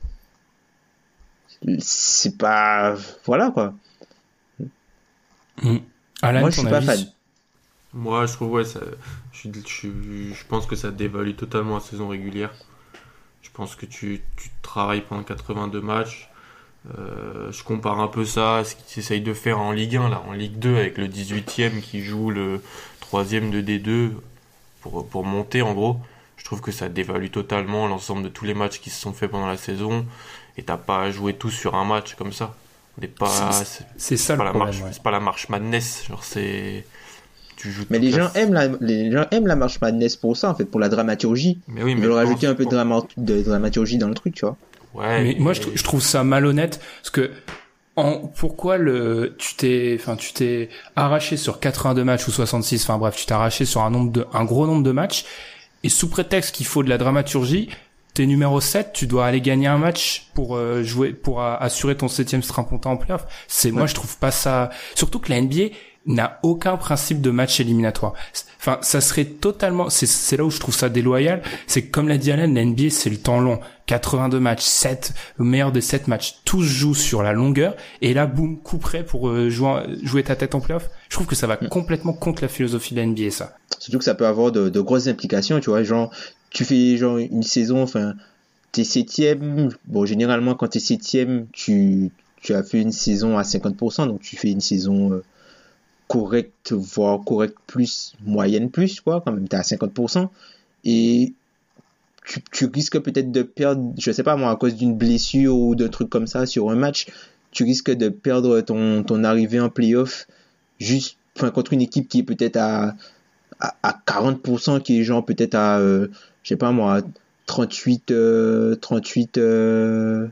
C'est pas, voilà, quoi. Mmh. Alan, moi, je suis pas avis? fan. Moi, je trouve, ouais, ça, je, je, je pense que ça dévalue totalement la saison régulière. Je pense que tu, tu travailles pendant quatre-vingt-deux matchs. Euh, je compare un peu ça à ce qu'ils essayent de faire en Ligue un, là, en Ligue deux, avec le dix-huitième qui joue le troisième de D deux pour, pour monter, en gros. Je trouve que ça dévalue totalement l'ensemble de tous les matchs qui se sont faits pendant la saison. Et t'as pas à jouer tout sur un match comme ça. C'est pas, c'est, c'est ça c'est le pas problème. La marche, Ouais. c'est pas la marche madness. Genre, c'est. Tu joues Mais les gens, la... aiment la, les gens aiment la marche madness pour ça, en fait, pour la dramaturgie. Mais oui, Ils mais veulent pense, rajouter un peu de, pense... drama, de dramaturgie dans le truc, tu vois. Ouais. Mais et... moi, je, je trouve ça malhonnête parce que en, pourquoi le, tu t'es, enfin, tu t'es arraché sur quatre-vingt-deux matchs ou soixante-six, enfin bref, tu t'es arraché sur un nombre de, un gros nombre de matchs et sous prétexte qu'il faut de la dramaturgie, t'es numéro sept, tu dois aller gagner un match pour euh, jouer, pour euh, assurer ton septième strapontin en playoff. C'est, ouais. Moi, je trouve pas ça, surtout que la N B A n'a aucun principe de match éliminatoire. Enfin, ça serait totalement, c'est, c'est là où je trouve ça déloyal, c'est que comme l'a dit Alain, la N B A c'est le temps long, quatre-vingt-deux matchs, sept, le meilleur des sept matchs, tous jouent sur la longueur, et là, boum, coup près pour euh, jouer, jouer ta tête en playoff. Je trouve que ça va mmh. complètement contre la philosophie de la N B A, ça. Surtout que ça peut avoir de, de grosses implications, tu vois, genre, tu fais genre une saison, enfin, t'es septième, bon, généralement quand t'es septième, tu, tu as fait une saison à cinquante pour cent, donc tu fais une saison euh, correcte, voire correcte plus, moyenne plus, quoi, quand même, t'es à cinquante pour cent, et tu, tu risques peut-être de perdre, je sais pas moi, à cause d'une blessure ou d'un truc comme ça sur un match, tu risques de perdre ton, ton arrivée en playoff, juste, enfin, contre une équipe qui est peut-être à, à, à quarante pour cent, qui est genre peut-être à, euh, je sais pas moi, trente-huit, euh, trente-huit, euh,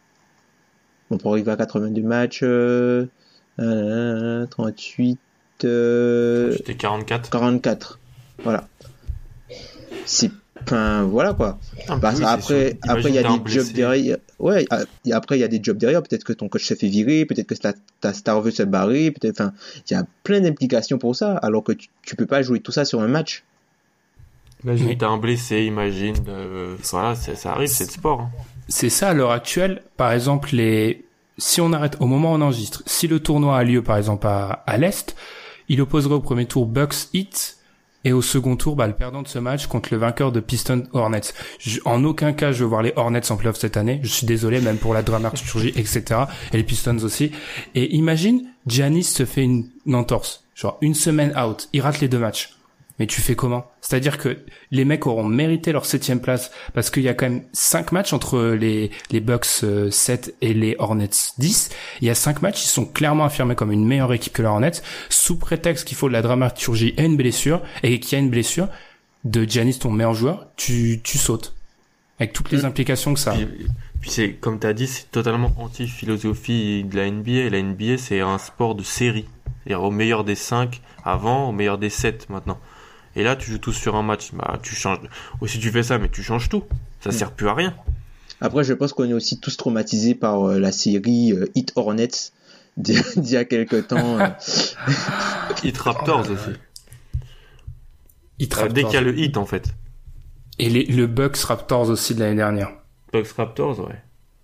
on peut arriver à quatre-vingt-deux matchs, euh, euh, trente-huit, euh, J'étais quarante-quatre. quarante-quatre, voilà. C'est, enfin, voilà quoi. Ah, bah, oui, après, après il y a des jobs derrière. Ouais, et après il y a des jobs derrière. Peut-être que ton coach se fait virer, peut-être que ta, ta star veut se barrer, peut-être. Enfin, il y a plein d'implications pour ça, alors que tu, tu peux pas jouer tout ça sur un match. Imagine, oui. T'as un blessé, imagine. Euh, voilà, ça, ça arrive, c'est le sport. Hein. C'est ça à l'heure actuelle. Par exemple, les, si on arrête au moment où on enregistre, si le tournoi a lieu par exemple à, à l'Est, il opposerait au premier tour Bucks Heat et au second tour, bah, le perdant de ce match contre le vainqueur de Pistons Hornets. Je, en aucun cas, je veux voir les Hornets en playoff cette année. Je suis désolé, même pour la dramaturgie, et cetera. Et les Pistons aussi. Et imagine, Giannis se fait une, une entorse. Genre, une semaine out. Il rate les deux matchs. Mais tu fais comment? C'est-à-dire que les mecs auront mérité leur septième place parce qu'il y a quand même cinq matchs entre les, les Bucks euh, sept et les Hornets dix. Il y a cinq matchs, ils sont clairement affirmés comme une meilleure équipe que les Hornets, sous prétexte qu'il faut de la dramaturgie et une blessure, et qu'il y a une blessure de Giannis, ton meilleur joueur, tu, tu sautes. Avec toutes les implications que ça a. Puis, puis c'est, comme t'as dit, c'est totalement anti-philosophie de la N B A. La N B A, c'est un sport de série. C'est-à-dire au meilleur des cinq avant, au meilleur des sept maintenant. Et là, tu joues tous sur un match. Bah, tu changes. Aussi, tu fais ça, mais tu changes tout. Ça mmh. sert plus à rien. Après, je pense qu'on est aussi tous traumatisés par euh, la série euh, Heat Hornets d'il y a quelques temps. Euh... Heat Raptors aussi. Heat euh, Raptors. Dès qu'il y a le Heat, en fait. Et les, le Bucks Raptors aussi de l'année dernière. Bucks Raptors, ouais.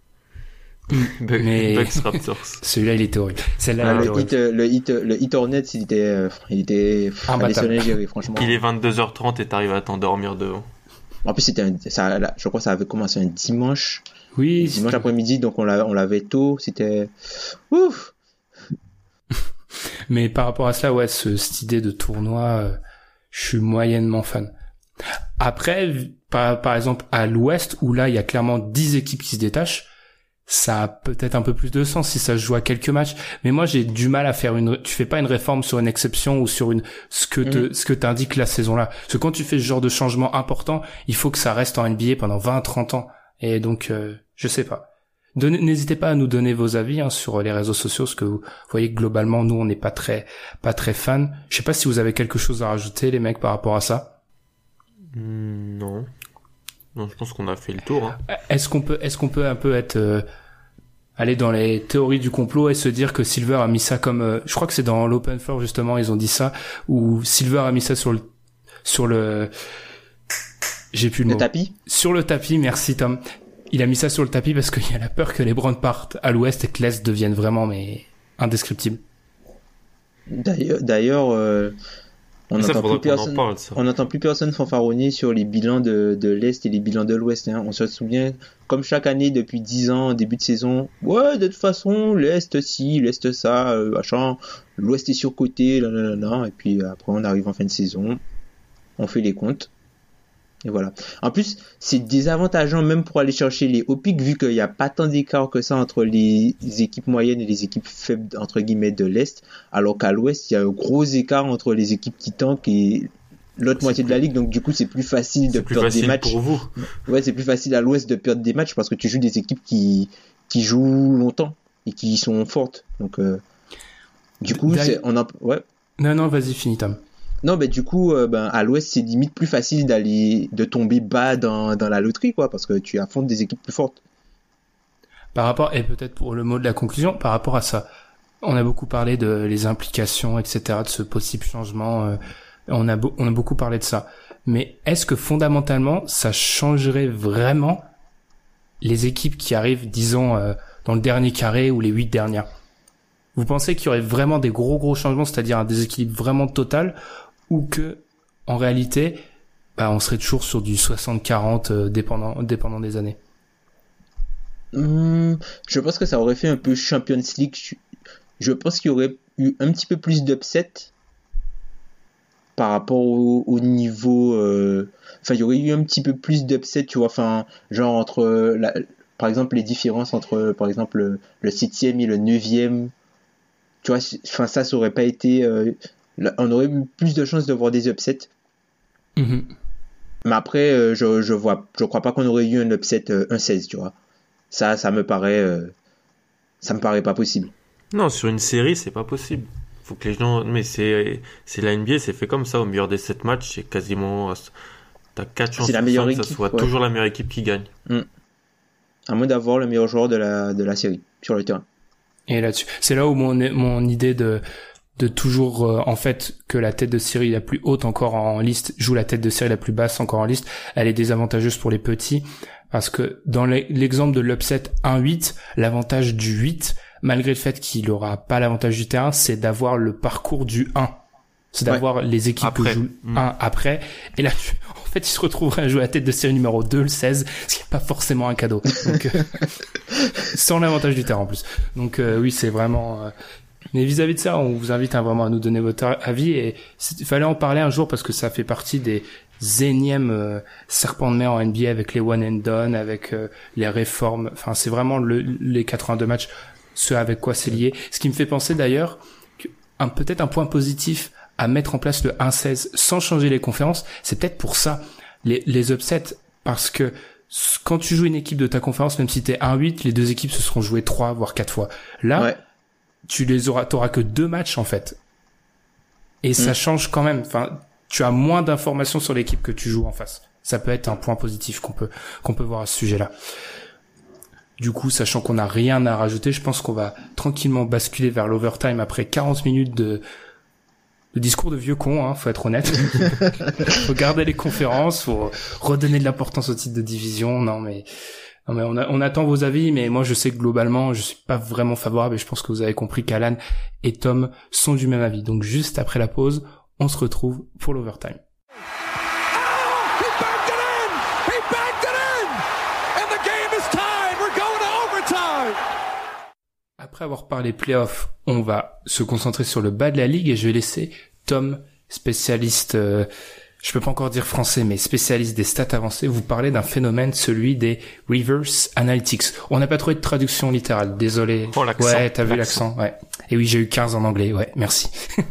Bucks, mais Bucks Raptors. Celui-là, il était horrible. Celle-là, ah, le, hit, le hit, le Heat Hornets, il était, euh, il était, imbattable. Franchement. Il est vingt-deux heures trente et t'arrives à t'endormir devant. En plus, c'était un, ça, là, je crois que ça avait commencé un dimanche. Oui. Un dimanche après-midi, donc on l'avait, on l'avait tôt. C'était, ouf. Mais par rapport à cela, ouais, ce, cette idée de tournoi, euh, je suis moyennement fan. Après, par, par exemple, à l'Ouest, où là, il y a clairement dix équipes qui se détachent, ça a peut-être un peu plus de sens si ça se joue à quelques matchs. Mais moi, j'ai du mal à faire une, tu fais pas une réforme sur une exception ou sur une, ce que te, mmh. ce que t'indique la saison-là. Parce que quand tu fais ce genre de changement important, il faut que ça reste en N B A pendant vingt, trente ans. Et donc, euh, je sais pas. Donnez, n'hésitez pas à nous donner vos avis, hein, sur les réseaux sociaux, parce que vous voyez que globalement, nous, on n'est pas très, pas très fans. Je sais pas si vous avez quelque chose à rajouter, les mecs, par rapport à ça. Mmh, non. Non, je pense qu'on a fait le tour, hein. Est-ce qu'on peut, est-ce qu'on peut un peu être, euh, aller dans les théories du complot et se dire que Silver a mis ça comme, euh, je crois que c'est dans l'Open Floor justement, ils ont dit ça, où Silver a mis ça sur le, sur le, j'ai plus le, le mot. tapis. Sur le tapis, merci Tom. Il a mis ça sur le tapis parce qu'il y a la peur que les Browns partent à l'Ouest et que l'Est devienne vraiment mais indescriptible. D'ailleurs, d'ailleurs, euh, On n'entend plus personne. Parle, on n'entend plus personne fanfaronner sur les bilans de, de l'Est et les bilans de l'Ouest. Hein. On se souvient, comme chaque année depuis dix ans, en début de saison, ouais, de toute façon, l'Est ci, l'Est ça, euh, machin, l'Ouest est surcoté, là, là, là, là. Et puis après, on arrive en fin de saison, on fait les comptes. Et voilà. En plus, c'est désavantageant même pour aller chercher les hauts pics, vu qu'il n'y a pas tant d'écart que ça entre les équipes moyennes et les équipes faibles, entre guillemets, de l'Est, alors qu'à l'Ouest, il y a un gros écart entre les équipes qui tankent et l'autre c'est moitié plus... de la ligue, donc du coup, c'est plus facile de c'est plus perdre facile des matchs. Pour vous. Ouais, c'est plus facile à l'Ouest de perdre des matchs parce que tu joues des équipes qui, qui jouent longtemps et qui sont fortes. Donc, euh, du coup, c'est, on a, ouais. Non, non, vas-y, finis, Tom. Non, mais du coup, euh, ben, à l'Ouest, c'est limite plus facile d'aller, de tomber bas dans, dans la loterie, quoi, parce que tu affrontes des équipes plus fortes. Par rapport, et peut-être pour le mot de la conclusion, par rapport à ça, on a beaucoup parlé de les implications, et cetera, de ce possible changement, euh, on a, be- on a beaucoup parlé de ça. Mais est-ce que fondamentalement, ça changerait vraiment les équipes qui arrivent, disons, euh, dans le dernier carré ou les huit dernières? Vous pensez qu'il y aurait vraiment des gros gros changements, c'est-à-dire un déséquilibre vraiment total, ou que, en réalité, bah, on serait toujours sur du soixante quarante euh, dépendant, dépendant des années? Hum, je pense que ça aurait fait un peu Champions League. Je, je pense qu'il y aurait eu un petit peu plus d'upset par rapport au, au niveau... Euh, enfin, il y aurait eu un petit peu plus d'upset, tu vois, enfin, genre entre... La, par exemple, les différences entre, par exemple, le, le septième et le neuvième, tu vois, enfin, ça, ça aurait pas été... Euh, on aurait eu plus de chances de voir des upsets. Mm-hmm. Mais après, euh, je, je vois, je crois pas qu'on aurait eu un upset euh, un seize, tu vois. Ça, ça me paraît, euh, ça me paraît pas possible. Non, sur une série, c'est pas possible. Faut que les gens, mais c'est, c'est la N B A, c'est fait comme ça. Au meilleur des sept matchs, c'est quasiment, t'as quatre chances c'est la meilleure équipe, que ça soit ouais. toujours la meilleure équipe qui gagne. Mm. À moins d'avoir le meilleur joueur de la, de la série sur le terrain. Et là-dessus, c'est là où mon, mon idée de, de toujours euh, en fait que la tête de série la plus haute encore en liste joue la tête de série la plus basse encore en liste, elle est désavantageuse pour les petits parce que dans l'exemple de l'upset un huit, l'avantage du huit, malgré le fait qu'il aura pas l'avantage du terrain, c'est d'avoir le parcours du un. C'est d'avoir ouais. les équipes après. qui jouent mmh. un après. Et là, tu, en fait, il se retrouverait à jouer à la tête de série numéro deux, le seize, ce qui n'est pas forcément un cadeau. Donc, euh, sans l'avantage du terrain en plus. Donc euh, oui, c'est vraiment... Euh, mais vis-à-vis de ça, on vous invite à vraiment à nous donner votre avis. Et il fallait en parler un jour parce que ça fait partie des énièmes euh, serpents de mer en N B A avec les one and done, avec euh, les réformes. Enfin, c'est vraiment le, les quatre-vingt-deux matchs, ce avec quoi c'est lié. Ce qui me fait penser d'ailleurs, que un, peut-être un point positif à mettre en place le un seize sans changer les conférences, c'est peut-être pour ça, les, les upsets, parce que quand tu joues une équipe de ta conférence, même si t'es un huit, les deux équipes se seront jouées trois, voire quatre fois. Là, ouais. tu les auras, t'auras que deux matchs, en fait. Et mmh. ça change quand même. Enfin, tu as moins d'informations sur l'équipe que tu joues en face. Ça peut être un point positif qu'on peut, qu'on peut voir à ce sujet-là. Du coup, sachant qu'on n'a rien à rajouter, je pense qu'on va tranquillement basculer vers l'overtime après quarante minutes de, le discours de vieux con, hein, faut être honnête. Faut garder les conférences, faut redonner de l'importance au titre de division. Non mais, non mais on, a, on attend vos avis, mais moi je sais que globalement je suis pas vraiment favorable et je pense que vous avez compris qu'Alan et Tom sont du même avis. Donc juste après la pause, on se retrouve pour l'overtime. Après avoir parlé playoff, on va se concentrer sur le bas de la ligue et je vais laisser Tom, spécialiste, euh, je peux pas encore dire français, mais spécialiste des stats avancées, vous parler d'un phénomène, celui des reverse analytics. On n'a pas trouvé de traduction littérale, désolé. Oh, l'accent. Ouais, t'as vu l'accent, ouais. Et oui, j'ai eu quinze en anglais, ouais, merci.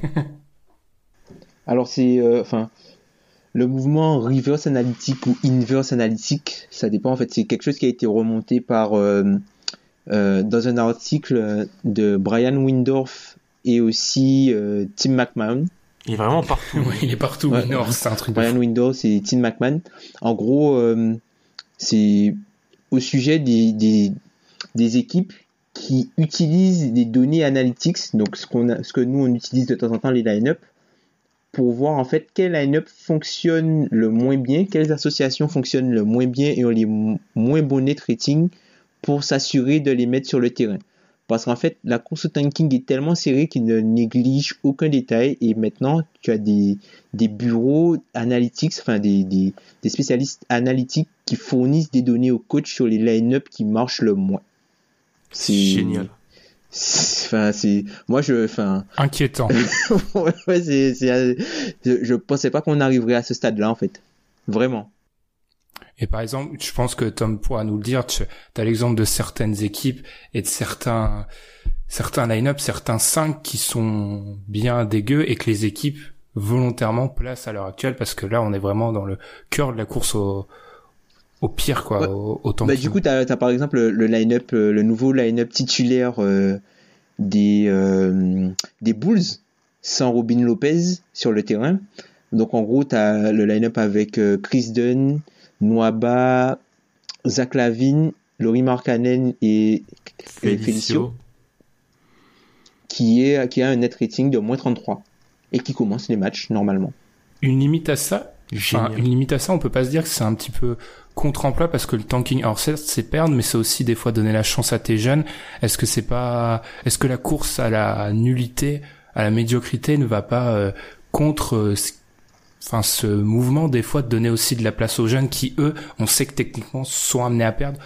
Alors c'est, enfin, euh, le mouvement reverse analytic ou inverse analytic, ça dépend en fait, c'est quelque chose qui a été remonté par... Euh, Euh, dans un article de Brian Windorf et aussi euh, Tim McMahon. Il est vraiment partout. Oui, il est partout. Ouais, Windorf, c'est un truc. Brian Windorf et Tim McMahon. En gros, euh, c'est au sujet des, des, des équipes qui utilisent des données analytics, donc ce, qu'on a, ce que nous on utilise de temps en temps, les line-up, pour voir en fait quel line-up fonctionne le moins bien, quelles associations fonctionnent le moins bien et ont les m- moins bons net ratings, pour s'assurer de les mettre sur le terrain. parce qu'en fait, la course au tanking est tellement serrée qu'il ne néglige aucun détail, et maintenant, tu as des, des bureaux analytics, enfin des, des, des spécialistes analytiques qui fournissent des données aux coachs sur les line-up qui marchent le moins. C'est génial. Enfin, c'est, moi, je, enfin. Inquiétant. ouais, ouais, c'est, c'est, je, je pensais pas qu'on arriverait à ce stade-là, en fait. Vraiment. Et par exemple, je pense que Tom pourra nous le dire, tu as l'exemple de certaines équipes et de certains, certains line-up, certains cinq qui sont bien dégueux et que les équipes volontairement placent à l'heure actuelle, parce que là, on est vraiment dans le cœur de la course au, au pire, quoi, ouais. au, au tanking. Bah, du coup, t'as, t'as par exemple le, le line-up, le nouveau line-up titulaire euh, des, euh, des Bulls, sans Robin Lopez sur le terrain. Donc, en gros, t'as le line-up avec euh, Chris Dunn, Nwaba, Zach Lavine, Lauri Markkanen et Felicio, Felicio qui, est, qui a un net rating de moins trente-trois et qui commence les matchs normalement. Une limite à ça, enfin, une limite à ça, on peut pas se dire que c'est un petit peu contre-emploi, parce que le tanking, alors certes, c'est perdre, mais c'est aussi des fois donner la chance à tes jeunes. Est-ce que c'est pas, est-ce que la course à la nullité, à la médiocrité ne va pas euh, contre euh, Enfin, ce mouvement, des fois, de donner aussi de la place aux jeunes qui, eux, on sait que techniquement, sont amenés à perdre?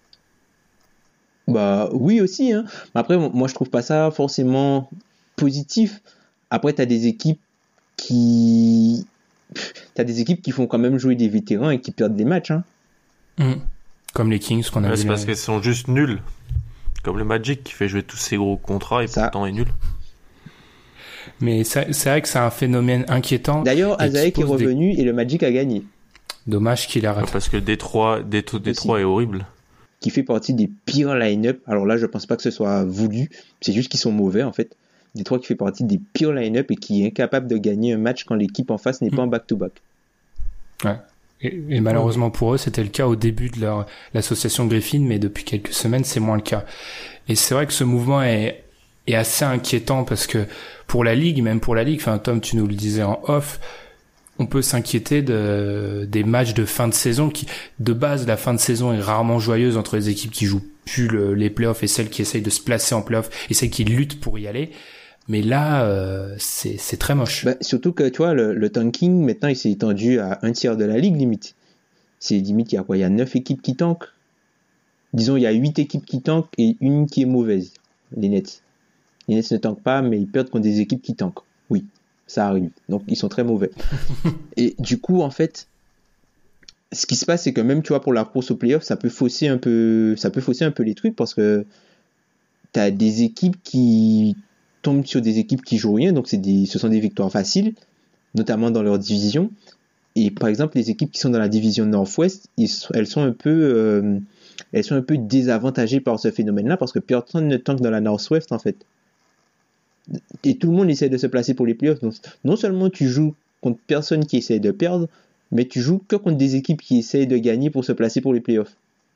Bah, oui aussi, hein. Après, moi, je trouve pas ça forcément positif. Après, t'as des équipes qui, t'as des équipes qui font quand même jouer des vétérans et qui perdent des matchs, hein. Mmh. Comme les Kings, qu'on a ouais, vu. C'est parce qu'elles sont juste nulles. Comme le Magic qui fait jouer tous ses gros contrats et ça. Pourtant est nul. Mais c'est, c'est vrai que c'est un phénomène inquiétant. D'ailleurs, Azaek est revenu des... et le Magic a gagné. Dommage qu'il a raté. Ouais, parce que Détroit, Détroit, Détroit est horrible. Qui fait partie des pires line-up. Alors là, je pense pas que ce soit voulu. C'est juste qu'ils sont mauvais, en fait. Détroit qui fait partie des pires line-up et qui est incapable de gagner un match quand l'équipe en face n'est mmh. pas en back-to-back. Ouais. Et, et malheureusement pour eux, c'était le cas au début de leur, l'association Griffin, mais depuis quelques semaines, c'est moins le cas. Et c'est vrai que ce mouvement est, est assez inquiétant parce que pour la ligue, même pour la ligue, enfin Tom, tu nous le disais en off, on peut s'inquiéter de des matchs de fin de saison qui, de base, la fin de saison est rarement joyeuse entre les équipes qui jouent plus le, les playoffs et celles qui essayent de se placer en playoffs et celles qui luttent pour y aller. Mais là, euh, c'est c'est très moche. Bah, surtout que tu vois, le, le tanking maintenant, il s'est étendu à un tiers de la ligue limite. C'est limite, il y a quoi? Il y a neuf équipes qui tankent. Disons, il y a huit équipes qui tankent et une qui est mauvaise. Les Nets. Les Nets ne tankent pas, mais ils perdent contre des équipes qui tankent. Oui, ça arrive. Donc, ils sont très mauvais. Et du coup, en fait, ce qui se passe, c'est que même, tu vois, pour la course au playoff, ça peut fausser un peu, ça peut fausser un peu les trucs parce que t'as des équipes qui tombent sur des équipes qui jouent rien, donc c'est des, ce sont des victoires faciles, notamment dans leur division. Et par exemple, les équipes qui sont dans la division Nord-Ouest, ils, elles sont un peu, euh, elles sont un peu désavantagées par ce phénomène-là parce que personne ne tank dans la Nord-Ouest en fait. Et tout le monde essaie de se placer pour les playoffs. Donc, non seulement tu joues contre personne qui essaie de perdre, mais tu joues que contre des équipes qui essayent de gagner pour se placer pour les playoffs.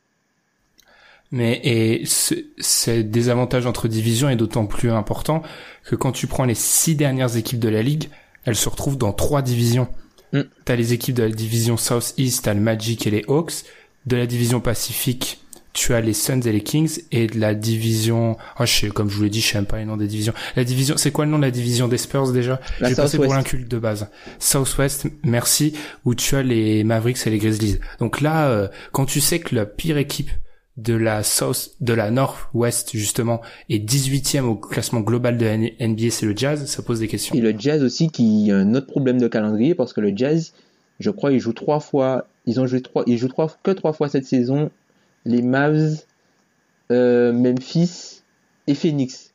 Mais et ce, ce désavantage entre divisions est d'autant plus important que quand tu prends les six dernières équipes de la ligue, elles se retrouvent dans trois divisions. Mm. T'as les équipes de la division South-East, t'as le Magic et les Hawks. De la division Pacifique, tu as les Suns et les Kings. Et de la division, ah, je sais, comme je vous l'ai dit, je sais même pas les noms des divisions. La division, c'est quoi le nom de la division des Spurs déjà? La J'ai passé pour l'inculte de base. Southwest, merci, où tu as les Mavericks et les Grizzlies. Donc là, euh, quand tu sais que la pire équipe de la South, de la Northwest justement, est dix-huitième au classement global de N B A, c'est le Jazz, ça pose des questions. Et le Jazz aussi, qui a un autre problème de calendrier, parce que le Jazz, je crois, ils jouent trois fois, ils ont joué trois, ils jouent trois, que trois fois cette saison, les Mavs, euh, Memphis et Phoenix.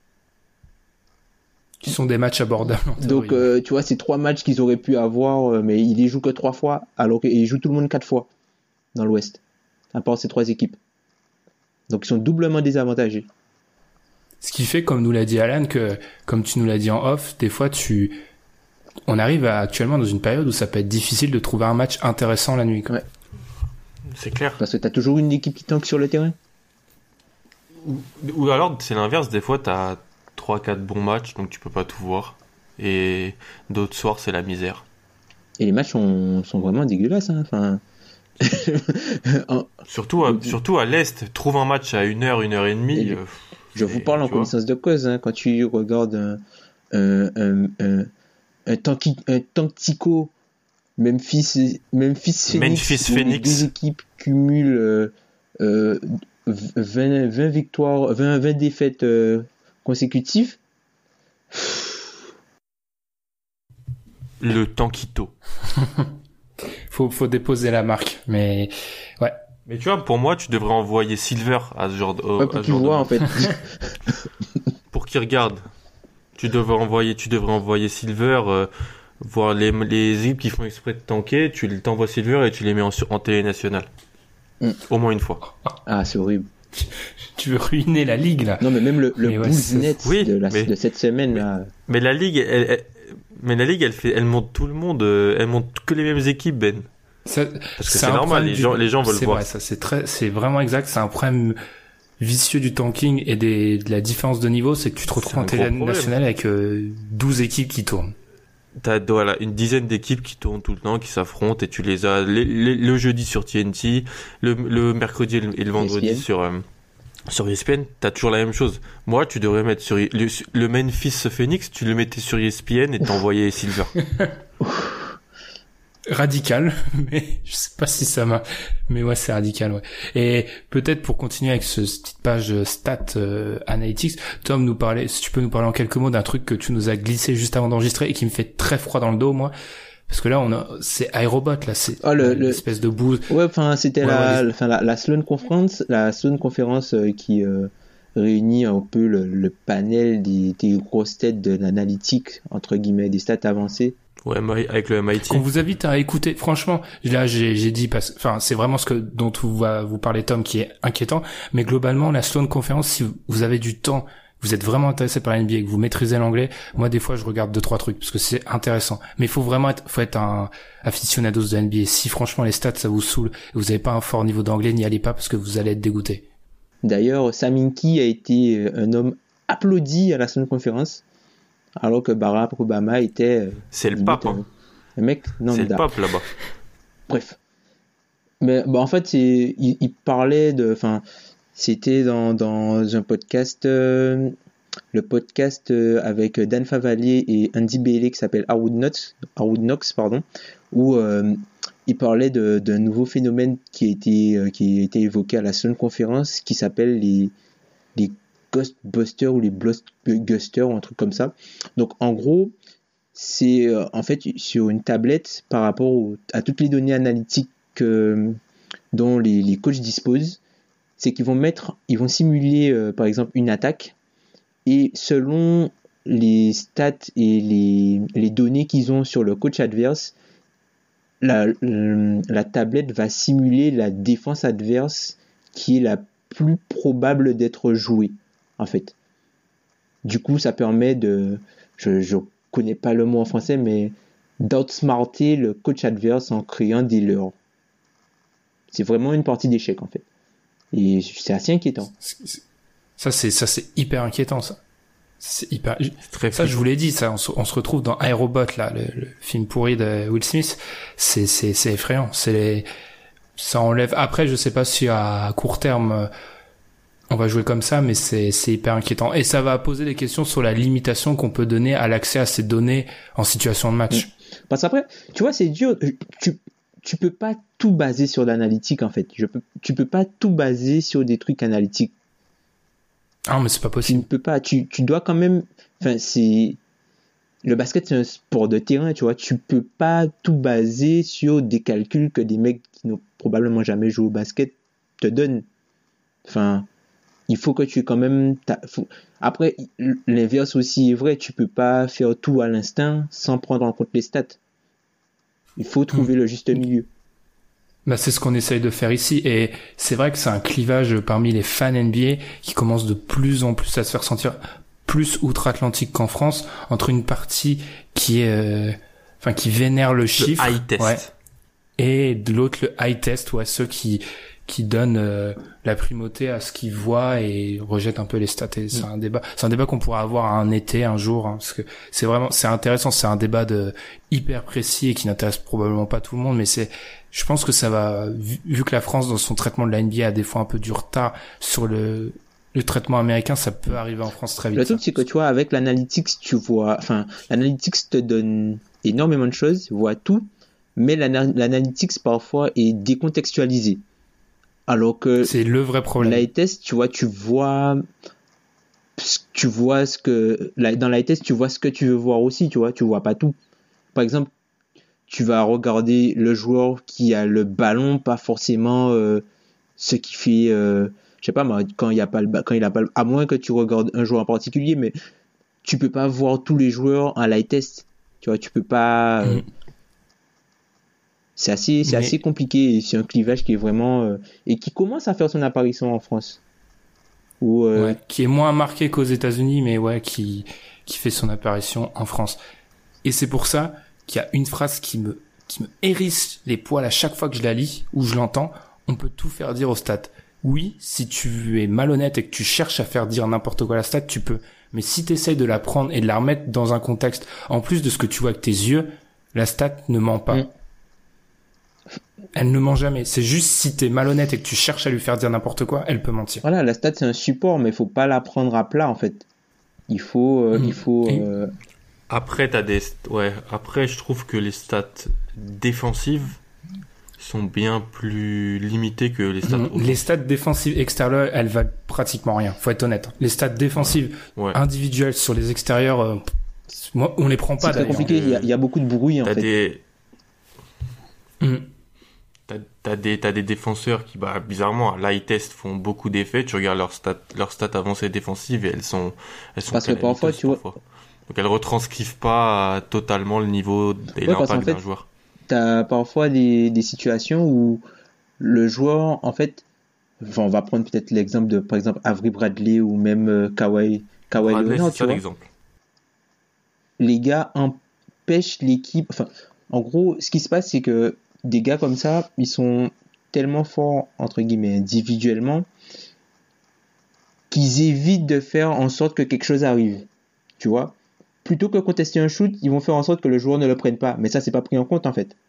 Qui sont des matchs abordables. Donc, euh, tu vois, c'est trois matchs qu'ils auraient pu avoir, euh, mais ils les jouent que trois fois, alors qu'ils jouent tout le monde quatre fois dans l'Ouest, à part ces trois équipes. Donc, ils sont doublement désavantagés. Ce qui fait, comme nous l'a dit Alan, que, comme tu nous l'as dit en off, des fois, tu, on arrive à, actuellement dans une période où ça peut être difficile de trouver un match intéressant la nuit, quoi. Ouais. C'est clair. Parce que t'as toujours une équipe qui tank sur le terrain. Ou, ou alors, c'est l'inverse. Des fois, t'as trois quatre bons matchs, donc tu peux pas tout voir. Et d'autres soirs, c'est la misère. Et les matchs sont, sont vraiment dégueulasses, hein. Enfin... surtout, à, surtout à l'Est, trouve un match à une heure, une heure et demie. Et, euh, Je vous parle en connaissance de cause, hein, quand tu regardes un, un, un, un, un, tanki, un Tantico, Memphis, Memphis Phoenix, Memphis Phoenix. Les deux équipes cumulent euh, euh, vingt, vingt victoires, vingt, vingt défaites euh, consécutives. Le Tankito. faut, faut déposer la marque, mais ouais. Mais tu vois, pour moi, tu devrais envoyer Silver à ce genre de... Ouais, pour qu'il voit, en fait. Pour qu'il regarde. Tu devrais envoyer, tu devrais envoyer Silver, euh, voir les, les équipes qui font exprès de tanker, tu t'envoies Silver et tu les mets en, en télé nationale. Mm. Au moins une fois. Ah, c'est horrible. Tu veux ruiner la ligue, là. Non, mais même le, le Bullsnet ouais, oui, de, la, mais, de cette semaine, là. Mais la ligue, elle, elle, mais la ligue, elle fait, elle monte tout le monde, euh, elle monte que les mêmes équipes, Ben. Ça, Parce que c'est normal, les gens, les gens veulent c'est voir. Vrai, ça, c'est très, c'est vraiment exact. C'est un problème vicieux du tanking et des, de la différence de niveau, c'est que tu te retrouves en télé nationale avec euh, douze équipes qui tournent. T'as, voilà, une dizaine d'équipes qui tournent tout le temps, qui s'affrontent et tu les as les, les, le jeudi sur T N T, le, le mercredi et le, et le vendredi E S P N. sur, euh, sur E S P N. T'as toujours la même chose. Moi, tu devrais mettre sur le, le Memphis Phoenix, tu le mettais sur E S P N et t'envoyais Silver. Radical, mais je sais pas si ça m'a, mais ouais, c'est radical, ouais. Et peut-être pour continuer avec ce cette petite page stat euh, analytics, Tom nous parlait, si tu peux nous parler en quelques mots d'un truc que tu nous as glissé juste avant d'enregistrer et qui me fait très froid dans le dos, moi, parce que là on a, c'est Aerobot, là, c'est oh, le, l'espèce de bouse. Ouais, enfin c'était ouais, la, ouais, enfin la, la Sloan Conference, la Sloan Conference euh, qui euh, réunit un peu le, le panel des, des grosses têtes de l'analytique entre guillemets, des stats avancées. Ouais, avec le M I T. On vous invite à écouter. Franchement, là, j'ai, j'ai dit, parce, enfin, c'est vraiment ce que dont vous va vous parler Tom qui est inquiétant. Mais globalement, la Sloan Conference, si vous avez du temps, vous êtes vraiment intéressé par la N B A, que vous maîtrisez l'anglais. Moi, des fois, je regarde deux trois trucs parce que c'est intéressant. Mais il faut vraiment être, faut être un aficionados de N B A. Si franchement les stats ça vous saoule, et vous avez pas un fort niveau d'anglais, n'y allez pas parce que vous allez être dégoûté. D'ailleurs, Sam Hinkie a été un homme applaudi à la Sloan Conference. Alors que Barack Obama était... C'est le pape. Hein. Un mec non C'est le pape là-bas. Bref. Mais bah, en fait, c'est, il, il parlait de... Enfin, c'était dans, dans un podcast... Euh, le podcast euh, avec Dan Favalier et Andy Bailey qui s'appelle Hard Knocks, Hard Knocks pardon, où euh, il parlait de, d'un nouveau phénomène qui a été, euh, qui a été évoqué à la Sloan Conference qui s'appelle les... les Ghostbusters ou les Blockbusters ou un truc comme ça. Donc en gros, c'est euh, en fait sur une tablette par rapport au, à toutes les données analytiques euh, dont les, les coachs disposent, c'est qu'ils vont mettre, ils vont simuler euh, par exemple une attaque et selon les stats et les, les données qu'ils ont sur le coach adverse, la, la tablette va simuler la défense adverse qui est la plus probable d'être jouée. En fait. Du coup, ça permet de, je, je connais pas le mot en français, mais d'outsmarter le coach adverse en créant des leurres. C'est vraiment une partie d'échec, en fait. Et c'est assez inquiétant. Ça, c'est, ça, c'est hyper inquiétant, ça. C'est hyper, c'est très ça, je vous l'ai dit, ça, on se, on se retrouve dans Aerobot, là, le, le film pourri de Will Smith. C'est, c'est, c'est effrayant. C'est les, ça enlève, après, je sais pas si à court terme, on va jouer comme ça, mais c'est, c'est hyper inquiétant. Et ça va poser des questions sur la limitation qu'on peut donner à l'accès à ces données en situation de match. Parce qu'après, tu vois, c'est dur. Tu, tu peux pas tout baser sur l'analytique, en fait. Je peux, tu peux pas tout baser sur des trucs analytiques. Ah, mais c'est pas possible. Tu ne peux pas. Tu, tu dois quand même. Enfin, c'est. Le basket, c'est un sport de terrain, tu vois. Tu peux pas tout baser sur des calculs que des mecs qui n'ont probablement jamais joué au basket te donnent. Enfin. Il faut que tu quand même... Faut... Après, l'inverse aussi est vrai. Tu peux pas faire tout à l'instinct sans prendre en compte les stats. Il faut trouver mmh. le juste milieu. Bah, c'est ce qu'on essaye de faire ici. Et c'est vrai que c'est un clivage parmi les fans N B A qui commence de plus en plus à se faire sentir plus outre-Atlantique qu'en France, entre une partie qui est... Euh... Enfin, qui vénère le chiffre. Le high test. Ouais, et de l'autre, le high test, ouais, ceux qui... qui donne euh, la primauté à ce qu'ils voient et rejette un peu les stats. Et c'est mmh. un débat, c'est un débat qu'on pourra avoir un été, un jour, hein, parce que c'est vraiment, c'est intéressant. C'est un débat de hyper précis et qui n'intéresse probablement pas tout le monde, mais c'est, je pense que ça va, vu, vu que la France dans son traitement de la N B A a des fois un peu du retard sur le le traitement américain, ça peut arriver en France très vite. Le truc, ça. c'est que tu vois, avec l'analytics, tu vois, enfin, l'analytics te donne énormément de choses, voit tout, mais l'ana- l'analytics parfois est décontextualisé. Alors que c'est le vrai problème. L'eye test, tu vois, tu vois, tu vois ce que, dans l'eye test, tu vois ce que tu veux voir aussi, tu vois, tu vois pas tout. Par exemple, tu vas regarder le joueur qui a le ballon, pas forcément euh, ce qui fait, euh, je sais pas moi, quand il y a pas le, quand il a pas le, à moins que tu regardes un joueur en particulier, mais tu peux pas voir tous les joueurs en live test, tu vois, tu peux pas. Euh, c'est assez, c'est mais... assez compliqué. Et c'est un clivage qui est vraiment euh, et qui commence à faire son apparition en France. Ou euh... ouais, qui est moins marqué qu'aux États-Unis, mais ouais, qui qui fait son apparition en France. Et c'est pour ça qu'il y a une phrase qui me qui me hérisse les poils à chaque fois que je la lis ou je l'entends. On peut tout faire dire au stats. Oui, si tu es malhonnête et que tu cherches à faire dire n'importe quoi à la stat, tu peux. Mais si tu essayes de la prendre et de la remettre dans un contexte, en plus de ce que tu vois avec tes yeux, la stat ne ment pas. Mm. Elle ne ment jamais. C'est juste si t'es malhonnête et que tu cherches à lui faire dire n'importe quoi, elle peut mentir. Voilà, la stat c'est un support, mais il faut pas la prendre à plat en fait. Il faut, euh, mmh. il faut. Euh... Après, t'as des, ouais. Après, je trouve que les stats défensives sont bien plus limitées que les stats. Mmh. Les stats défensives extérieures, elles valent pratiquement rien. Faut être honnête. Les stats défensives ouais. individuelles sur les extérieurs, euh, moi, on les prend pas. C'est très compliqué. Il y, a, il y a beaucoup de bruit en t'as fait. Des... Mmh. T'as, t'as, des, t'as des défenseurs qui, bah, bizarrement, à l'eye test font beaucoup d'effets. Tu regardes leurs stats, leurs stats avancées défensives et elles sont, elles sont parce que parfois, tu parfois. vois. Donc elles retranscrivent pas totalement le niveau et ouais, l'impact d'un fait, joueur. T'as parfois des, des situations où le joueur, en fait, enfin, on va prendre peut-être l'exemple de, par exemple, Avery Bradley ou même euh, Kawhi, Kawhi Leonard, tu vois. L'exemple. Les gars empêchent l'équipe, enfin, en gros, ce qui se passe, c'est que des gars comme ça, ils sont tellement forts, entre guillemets, individuellement, qu'ils évitent de faire en sorte que quelque chose arrive. Tu vois ? Plutôt que contester un shoot, ils vont faire en sorte que le joueur ne le prenne pas. Mais ça, c'est pas pris en compte, en fait.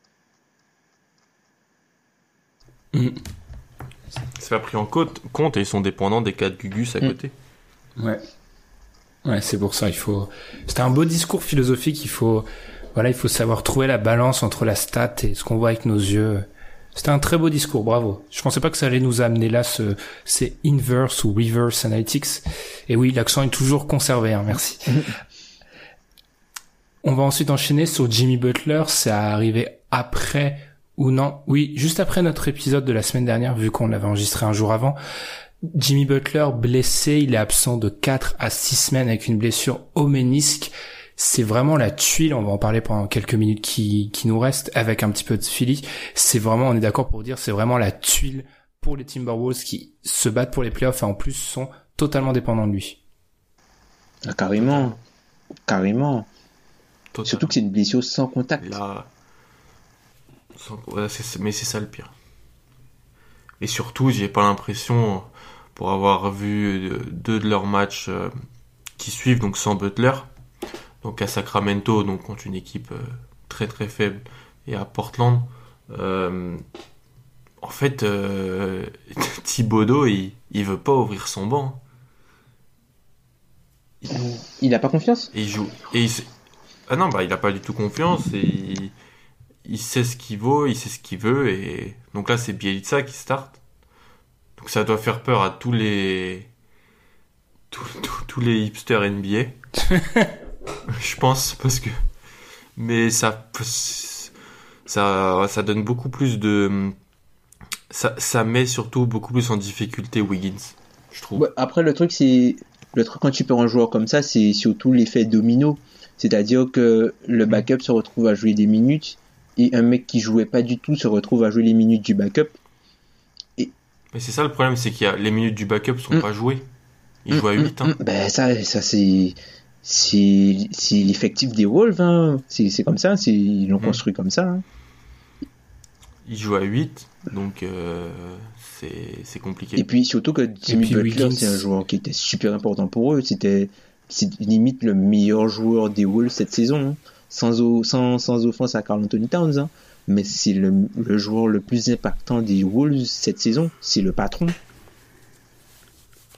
Mmh. C'est pas pris en compte, compte et ils sont dépendants des cas de Gugus à mmh. côté. Ouais. Ouais, c'est pour ça, il faut... C'était un beau discours philosophique, il faut... Voilà, il faut savoir trouver la balance entre la stat et ce qu'on voit avec nos yeux. C'était un très beau discours, bravo. Je pensais pas que ça allait nous amener là, ce, c'est inverse ou reverse analytics. Et oui, l'accent est toujours conservé, hein, merci. On va ensuite enchaîner sur Jimmy Butler. C'est arrivé après ou non? Oui, juste après notre épisode de la semaine dernière, vu qu'on l'avait enregistré un jour avant. Jimmy Butler blessé, il est absent de quatre à six semaines avec une blessure au ménisque. C'est vraiment la tuile, on va en parler pendant quelques minutes qui, qui nous restent, avec un petit peu de Philly. C'est vraiment, on est d'accord pour dire, c'est vraiment la tuile pour les Timberwolves qui se battent pour les playoffs et en plus sont totalement dépendants de lui. Ah, carrément, carrément. Total. Surtout que c'est une blessure sans contact. Là, sans... Ouais, c'est... mais c'est ça le pire. Et surtout, j'ai pas l'impression, pour avoir vu deux de leurs matchs euh, qui suivent, donc sans Butler, donc à Sacramento, donc contre une équipe euh, très très faible, et à Portland, euh, en fait, euh, Thibodeau, il, il veut pas ouvrir son banc. Il, il a pas confiance. Et il joue. Et il, ah non, bah il a pas du tout confiance. Et il, il sait ce qu'il vaut, il sait ce qu'il veut. Et donc là, c'est Bjelica qui start. Donc ça doit faire peur à tous les tous, tous, tous les hipsters N B A. Je pense, parce que mais ça ça ça donne beaucoup plus de ça ça met surtout beaucoup plus en difficulté Wiggins, je trouve. Ouais, après le truc c'est le truc quand tu perds un joueur comme ça, c'est surtout l'effet domino, c'est-à-dire que le backup se retrouve à jouer des minutes et un mec qui jouait pas du tout se retrouve à jouer les minutes du backup. Et mais c'est ça le problème, c'est qu'il y a les minutes du backup sont mmh. pas jouées. Il mmh, joue à huit. Hein. Mmh, ben ça ça c'est c'est c'est l'effectif des Wolves, hein. c'est c'est comme ça, c'est ils l'ont mmh. construit comme ça. Hein. Il joue à huit, donc euh, c'est c'est compliqué. Et puis surtout que Jimmy Butler, Wiggins, c'est un joueur qui était super important pour eux, c'était c'est limite le meilleur joueur des Wolves cette saison, hein. sans sans sans offense à Karl Anthony Towns, hein. Mais c'est le le joueur le plus impactant des Wolves cette saison, c'est le patron.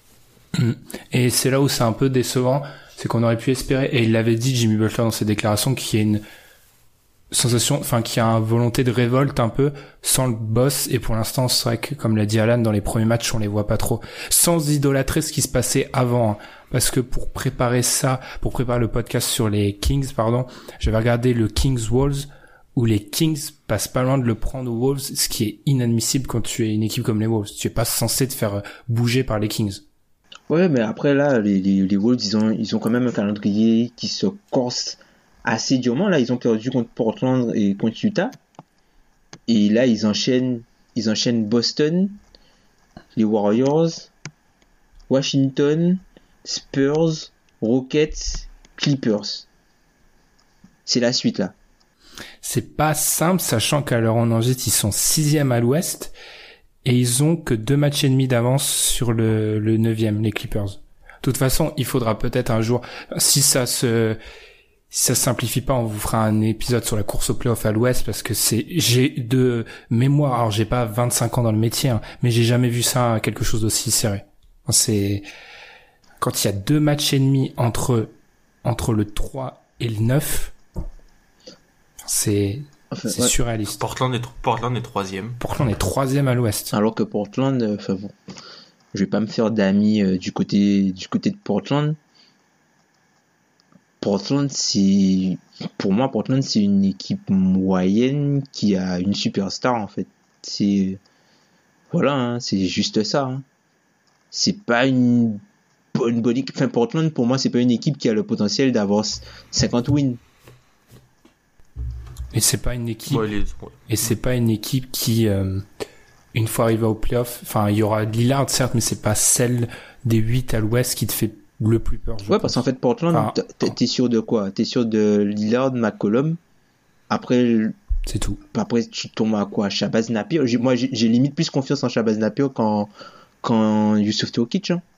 Et c'est là où c'est un peu décevant, c'est qu'on aurait pu espérer, et il l'avait dit Jimmy Butler dans ses déclarations, qu'il y a une sensation, enfin qu'il y a une volonté de révolte un peu sans le boss, et pour l'instant c'est vrai que comme l'a dit Alan, dans les premiers matchs on les voit pas trop, sans idolâtrer ce qui se passait avant, hein, parce que pour préparer ça, pour préparer le podcast sur les Kings, pardon, j'avais regardé le Kings Wolves, où les Kings passent pas loin de le prendre aux Wolves, ce qui est inadmissible quand tu es une équipe comme les Wolves, tu es pas censé te faire bouger par les Kings. Ouais, mais après là, les, les, les Wolves, ils ont, ils ont quand même un calendrier qui se corse assez durement. Là, ils ont perdu contre Portland et contre Utah. Et là, ils enchaînent, ils enchaînent Boston, les Warriors, Washington, Spurs, Rockets, Clippers. C'est la suite là. C'est pas simple, sachant qu'à l'heure où on enregistre, ils sont sixième à l'ouest. Et ils ont que deux matchs et demi d'avance sur le, le neuvième, les Clippers. De toute façon, il faudra peut-être un jour, si ça se, si ça se simplifie pas, on vous fera un épisode sur la course au playoff à l'ouest, parce que c'est, j'ai de mémoire, alors j'ai pas vingt-cinq ans dans le métier, hein, mais j'ai jamais vu ça, quelque chose d'aussi serré. C'est, quand il y a deux matchs et demi entre, entre le trois et le neuf, c'est, Enfin, c'est ouais. surréaliste. Portland est, Portland est troisième. Portland est troisième à l'ouest. Alors que Portland, enfin euh, bon, je vais pas me faire d'amis euh, du côté du côté de Portland. Portland, c'est, pour moi, Portland, c'est une équipe moyenne qui a une superstar en fait. C'est, voilà, hein, c'est juste ça. Hein. C'est pas une bonne bonne équipe. Enfin, Portland, pour moi, c'est pas une équipe qui a le potentiel d'avoir cinquante wins. Et c'est pas une équipe, ouais, les... et c'est pas une équipe qui, euh, une fois arrivé au playoff, enfin, il y aura Lillard, certes, mais c'est pas celle des huit à l'ouest qui te fait le plus peur. Ouais, pense. Parce qu'en fait, Portland, enfin, t'es sûr de quoi? T'es sûr de Lillard, McCollum. Après, c'est tout. Après, tu tombes à quoi? Shabazz Napier. J'ai, moi, j'ai, j'ai limite plus confiance en Shabazz Napier qu'en, qu'en Yusuf Nurkic, hein.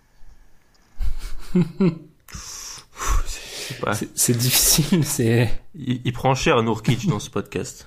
Ouais. C'est, c'est difficile, c'est... Il, il prend cher à Nurkic dans ce podcast.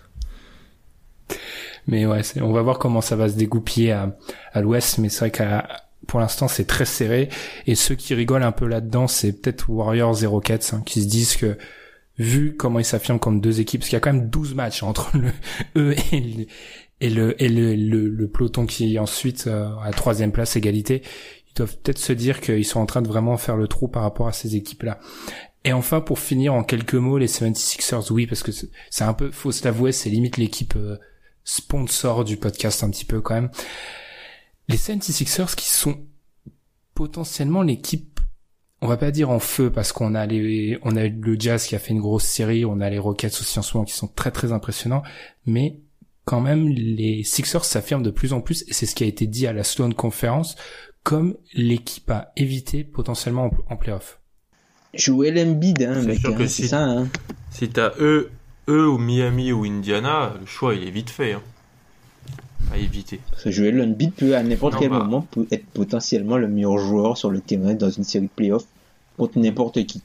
Mais ouais, c'est, on va voir comment ça va se dégoupiller à, à l'ouest, mais c'est vrai qu'à, pour l'instant, c'est très serré. Et ceux qui rigolent un peu là-dedans, c'est peut-être Warriors et Rockets, hein, qui se disent que, vu comment ils s'affirment comme deux équipes, parce qu'il y a quand même douze matchs entre le, eux et le, et le, et le, le, le peloton qui est ensuite euh, à la troisième place, égalité, ils doivent peut-être se dire qu'ils sont en train de vraiment faire le trou par rapport à ces équipes-là. Et enfin, pour finir en quelques mots, les soixante-sixers, oui, parce que c'est, c'est un peu, faut se l'avouer, c'est limite l'équipe euh, sponsor du podcast un petit peu quand même. Les soixante-sixers qui sont potentiellement l'équipe, on va pas dire en feu, parce qu'on a les, on a le Jazz qui a fait une grosse série, on a les Rockets aussi en ce moment qui sont très très impressionnants, mais quand même les Sixers s'affirment de plus en plus, et c'est ce qui a été dit à la Sloan Conference, comme l'équipe à éviter potentiellement en, en playoff. Joel Embiid, hein, c'est mec, sûr hein, que c'est si, ça, hein. Si t'as eux, eux ou Miami ou Indiana, le choix il est vite fait, hein. À éviter. Parce que Joel Embiid peut à n'importe non, quel bah... moment peut être potentiellement le meilleur joueur sur le terrain dans une série de playoffs contre n'importe qui.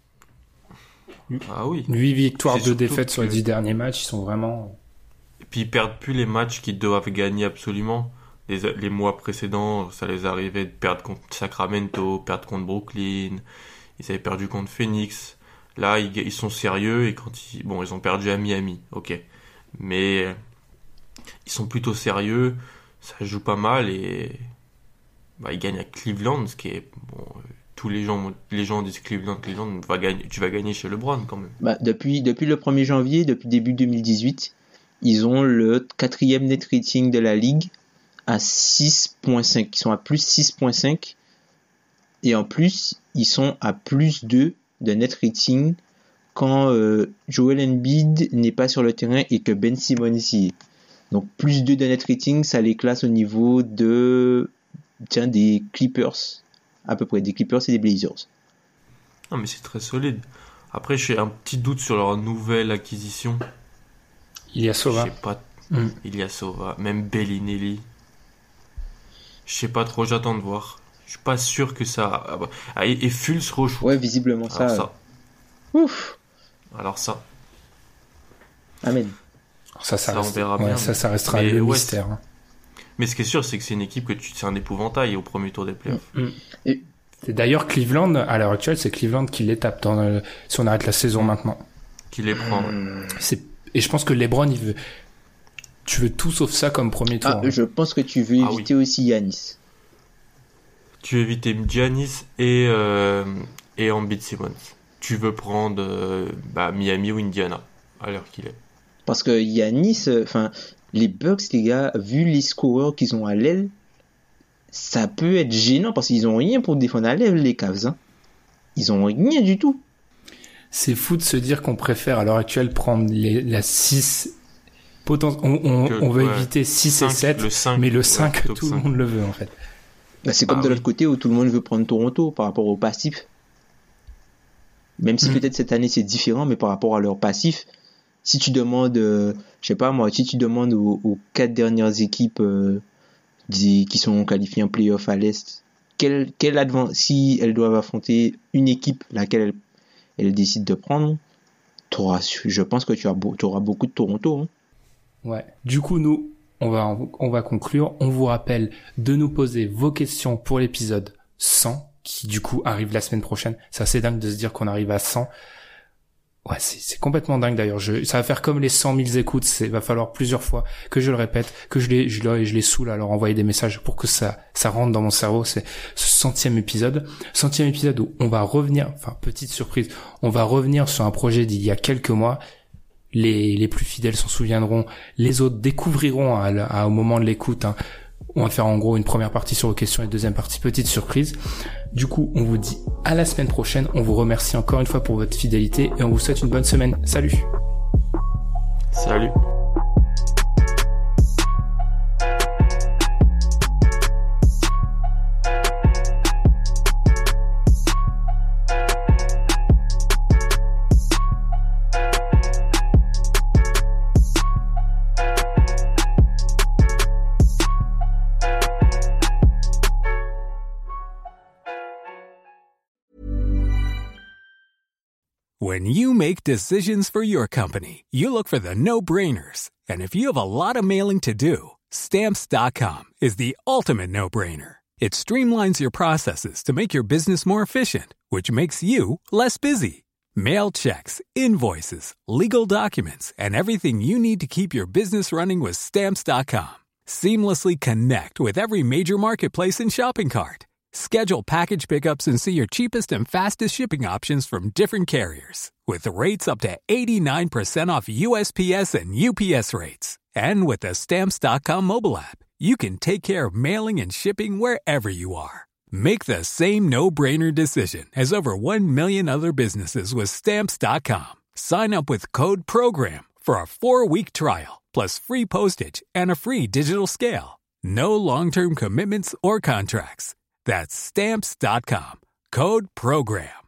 Ah oui. huit victoires, deux défaites que... sur les dix derniers matchs, ils sont vraiment... Et puis ils perdent plus les matchs qu'ils doivent gagner absolument. Les, les mois précédents, ça les arrivait de perdre contre Sacramento, perdre contre Brooklyn. Ils avaient perdu contre Phoenix. Là, ils, ils sont sérieux et quand ils, bon, ils ont perdu à Miami, ok. Mais ils sont plutôt sérieux. Ça joue pas mal et bah, ils gagnent à Cleveland, ce qui est bon. Tous les gens, les gens disent Cleveland, Cleveland, va gagner, tu vas gagner chez LeBron quand même. Bah, depuis, depuis le premier janvier, depuis début deux mille dix-huit, ils ont le quatrième net rating de la ligue à six virgule cinq. Ils sont à plus six virgule cinq. Et en plus, ils sont à plus deux de net rating quand euh, Joel Embiid n'est pas sur le terrain et que Ben Simmons y est. Donc plus deux de net rating, ça les classe au niveau de tiens, des Clippers, à peu près, des Clippers et des Blazers. Non mais c'est très solide. Après, j'ai un petit doute sur leur nouvelle acquisition. Ilyasova. Je sais pas. Mm. Ilyasova, même Bellinelli. Je sais pas trop, j'attends de voir. Je suis pas sûr que ça... Ah, et, et Fultz re-shoot. Ouais, visiblement ça. Alors ça. Ouf. Alors ça. Amen. Ça, ça, ça reste... on verra ouais, bien. Ça, ça restera mais le ouais, mystère. Hein. Mais ce qui est sûr, c'est que c'est une équipe que tu, c'est un épouvantail au premier tour des playoffs. Mm. Et c'est d'ailleurs Cleveland, à l'heure actuelle, c'est Cleveland qui les tape dans le, si on arrête la saison maintenant. Qui les prend. Mmh. Ouais. C'est, et je pense que LeBron, il veut, tu veux tout sauf ça comme premier tour. Ah, hein. je pense que tu veux Ah, éviter oui. aussi Giannis. Tu veux éviter Giannis et, euh, et Embiid Simmons. Tu veux prendre euh, bah, Miami ou Indiana, à l'heure qu'il est. Parce que Giannis, enfin, euh, les Bucks, les gars, vu les scoreurs qu'ils ont à l'aile, ça peut être gênant parce qu'ils ont rien pour défendre à l'aile, les Cavs. Hein. Ils ont rien du tout. C'est fou de se dire qu'on préfère à l'heure actuelle prendre les, la six, poten- on, on, Que, on veut ouais, éviter six cinq, et sept, le cinq, mais le ouais, cinq, top tout cinq. le monde le veut en fait. Bah, c'est comme Ah, de oui. l'autre côté où tout le monde veut prendre Toronto par rapport au passif. Même si Mm. peut-être cette année c'est différent, mais par rapport à leur passif, si tu demandes, euh, je sais pas moi, si tu demandes aux, aux quatre dernières équipes euh, des- qui sont qualifiées en playoff à l'Est, quel, quel advan- si elles doivent affronter une équipe laquelle elles, elles décident de prendre, t'auras, je pense que tu auras, tu auras beaucoup de Toronto. Hein. Ouais. Du coup, nous, on va, on va conclure. On vous rappelle de nous poser vos questions pour l'épisode cent, qui du coup arrive la semaine prochaine. C'est assez dingue de se dire qu'on arrive à cent. Ouais, c'est, c'est complètement dingue d'ailleurs. Je, ça va faire comme les cent mille écoutes. C'est, va falloir plusieurs fois que je le répète, que je les, je les, je les saoule à leur envoyer des messages pour que ça, ça rentre dans mon cerveau. C'est ce centième épisode. Centième épisode où on va revenir, enfin, petite surprise, on va revenir sur un projet d'il y a quelques mois. Les, les plus fidèles s'en souviendront. Les autres découvriront à, à, au moment de l'écoute, hein. On va faire en gros une première partie sur vos questions et une deuxième partie petite surprise. Du coup, on vous dit à la semaine prochaine. On vous remercie encore une fois pour votre fidélité et on vous souhaite une bonne semaine. Salut! Salut. When you make decisions for your company, you look for the no-brainers. And if you have a lot of mailing to do, Stamps dot com is the ultimate no-brainer. It streamlines your processes to make your business more efficient, which makes you less busy. Mail checks, invoices, legal documents, and everything you need to keep your business running with Stamps dot com. Seamlessly connect with every major marketplace and shopping cart. Schedule package pickups and see your cheapest and fastest shipping options from different carriers. With rates up to eighty-nine percent off U S P S and U P S rates. And with the Stamps dot com mobile app, you can take care of mailing and shipping wherever you are. Make the same no-brainer decision as over one million other businesses with Stamps dot com. Sign up with code PROGRAM for a four-week trial, plus free postage and a free digital scale. No long-term commitments or contracts. That's Stamps dot com. Code PROGRAM.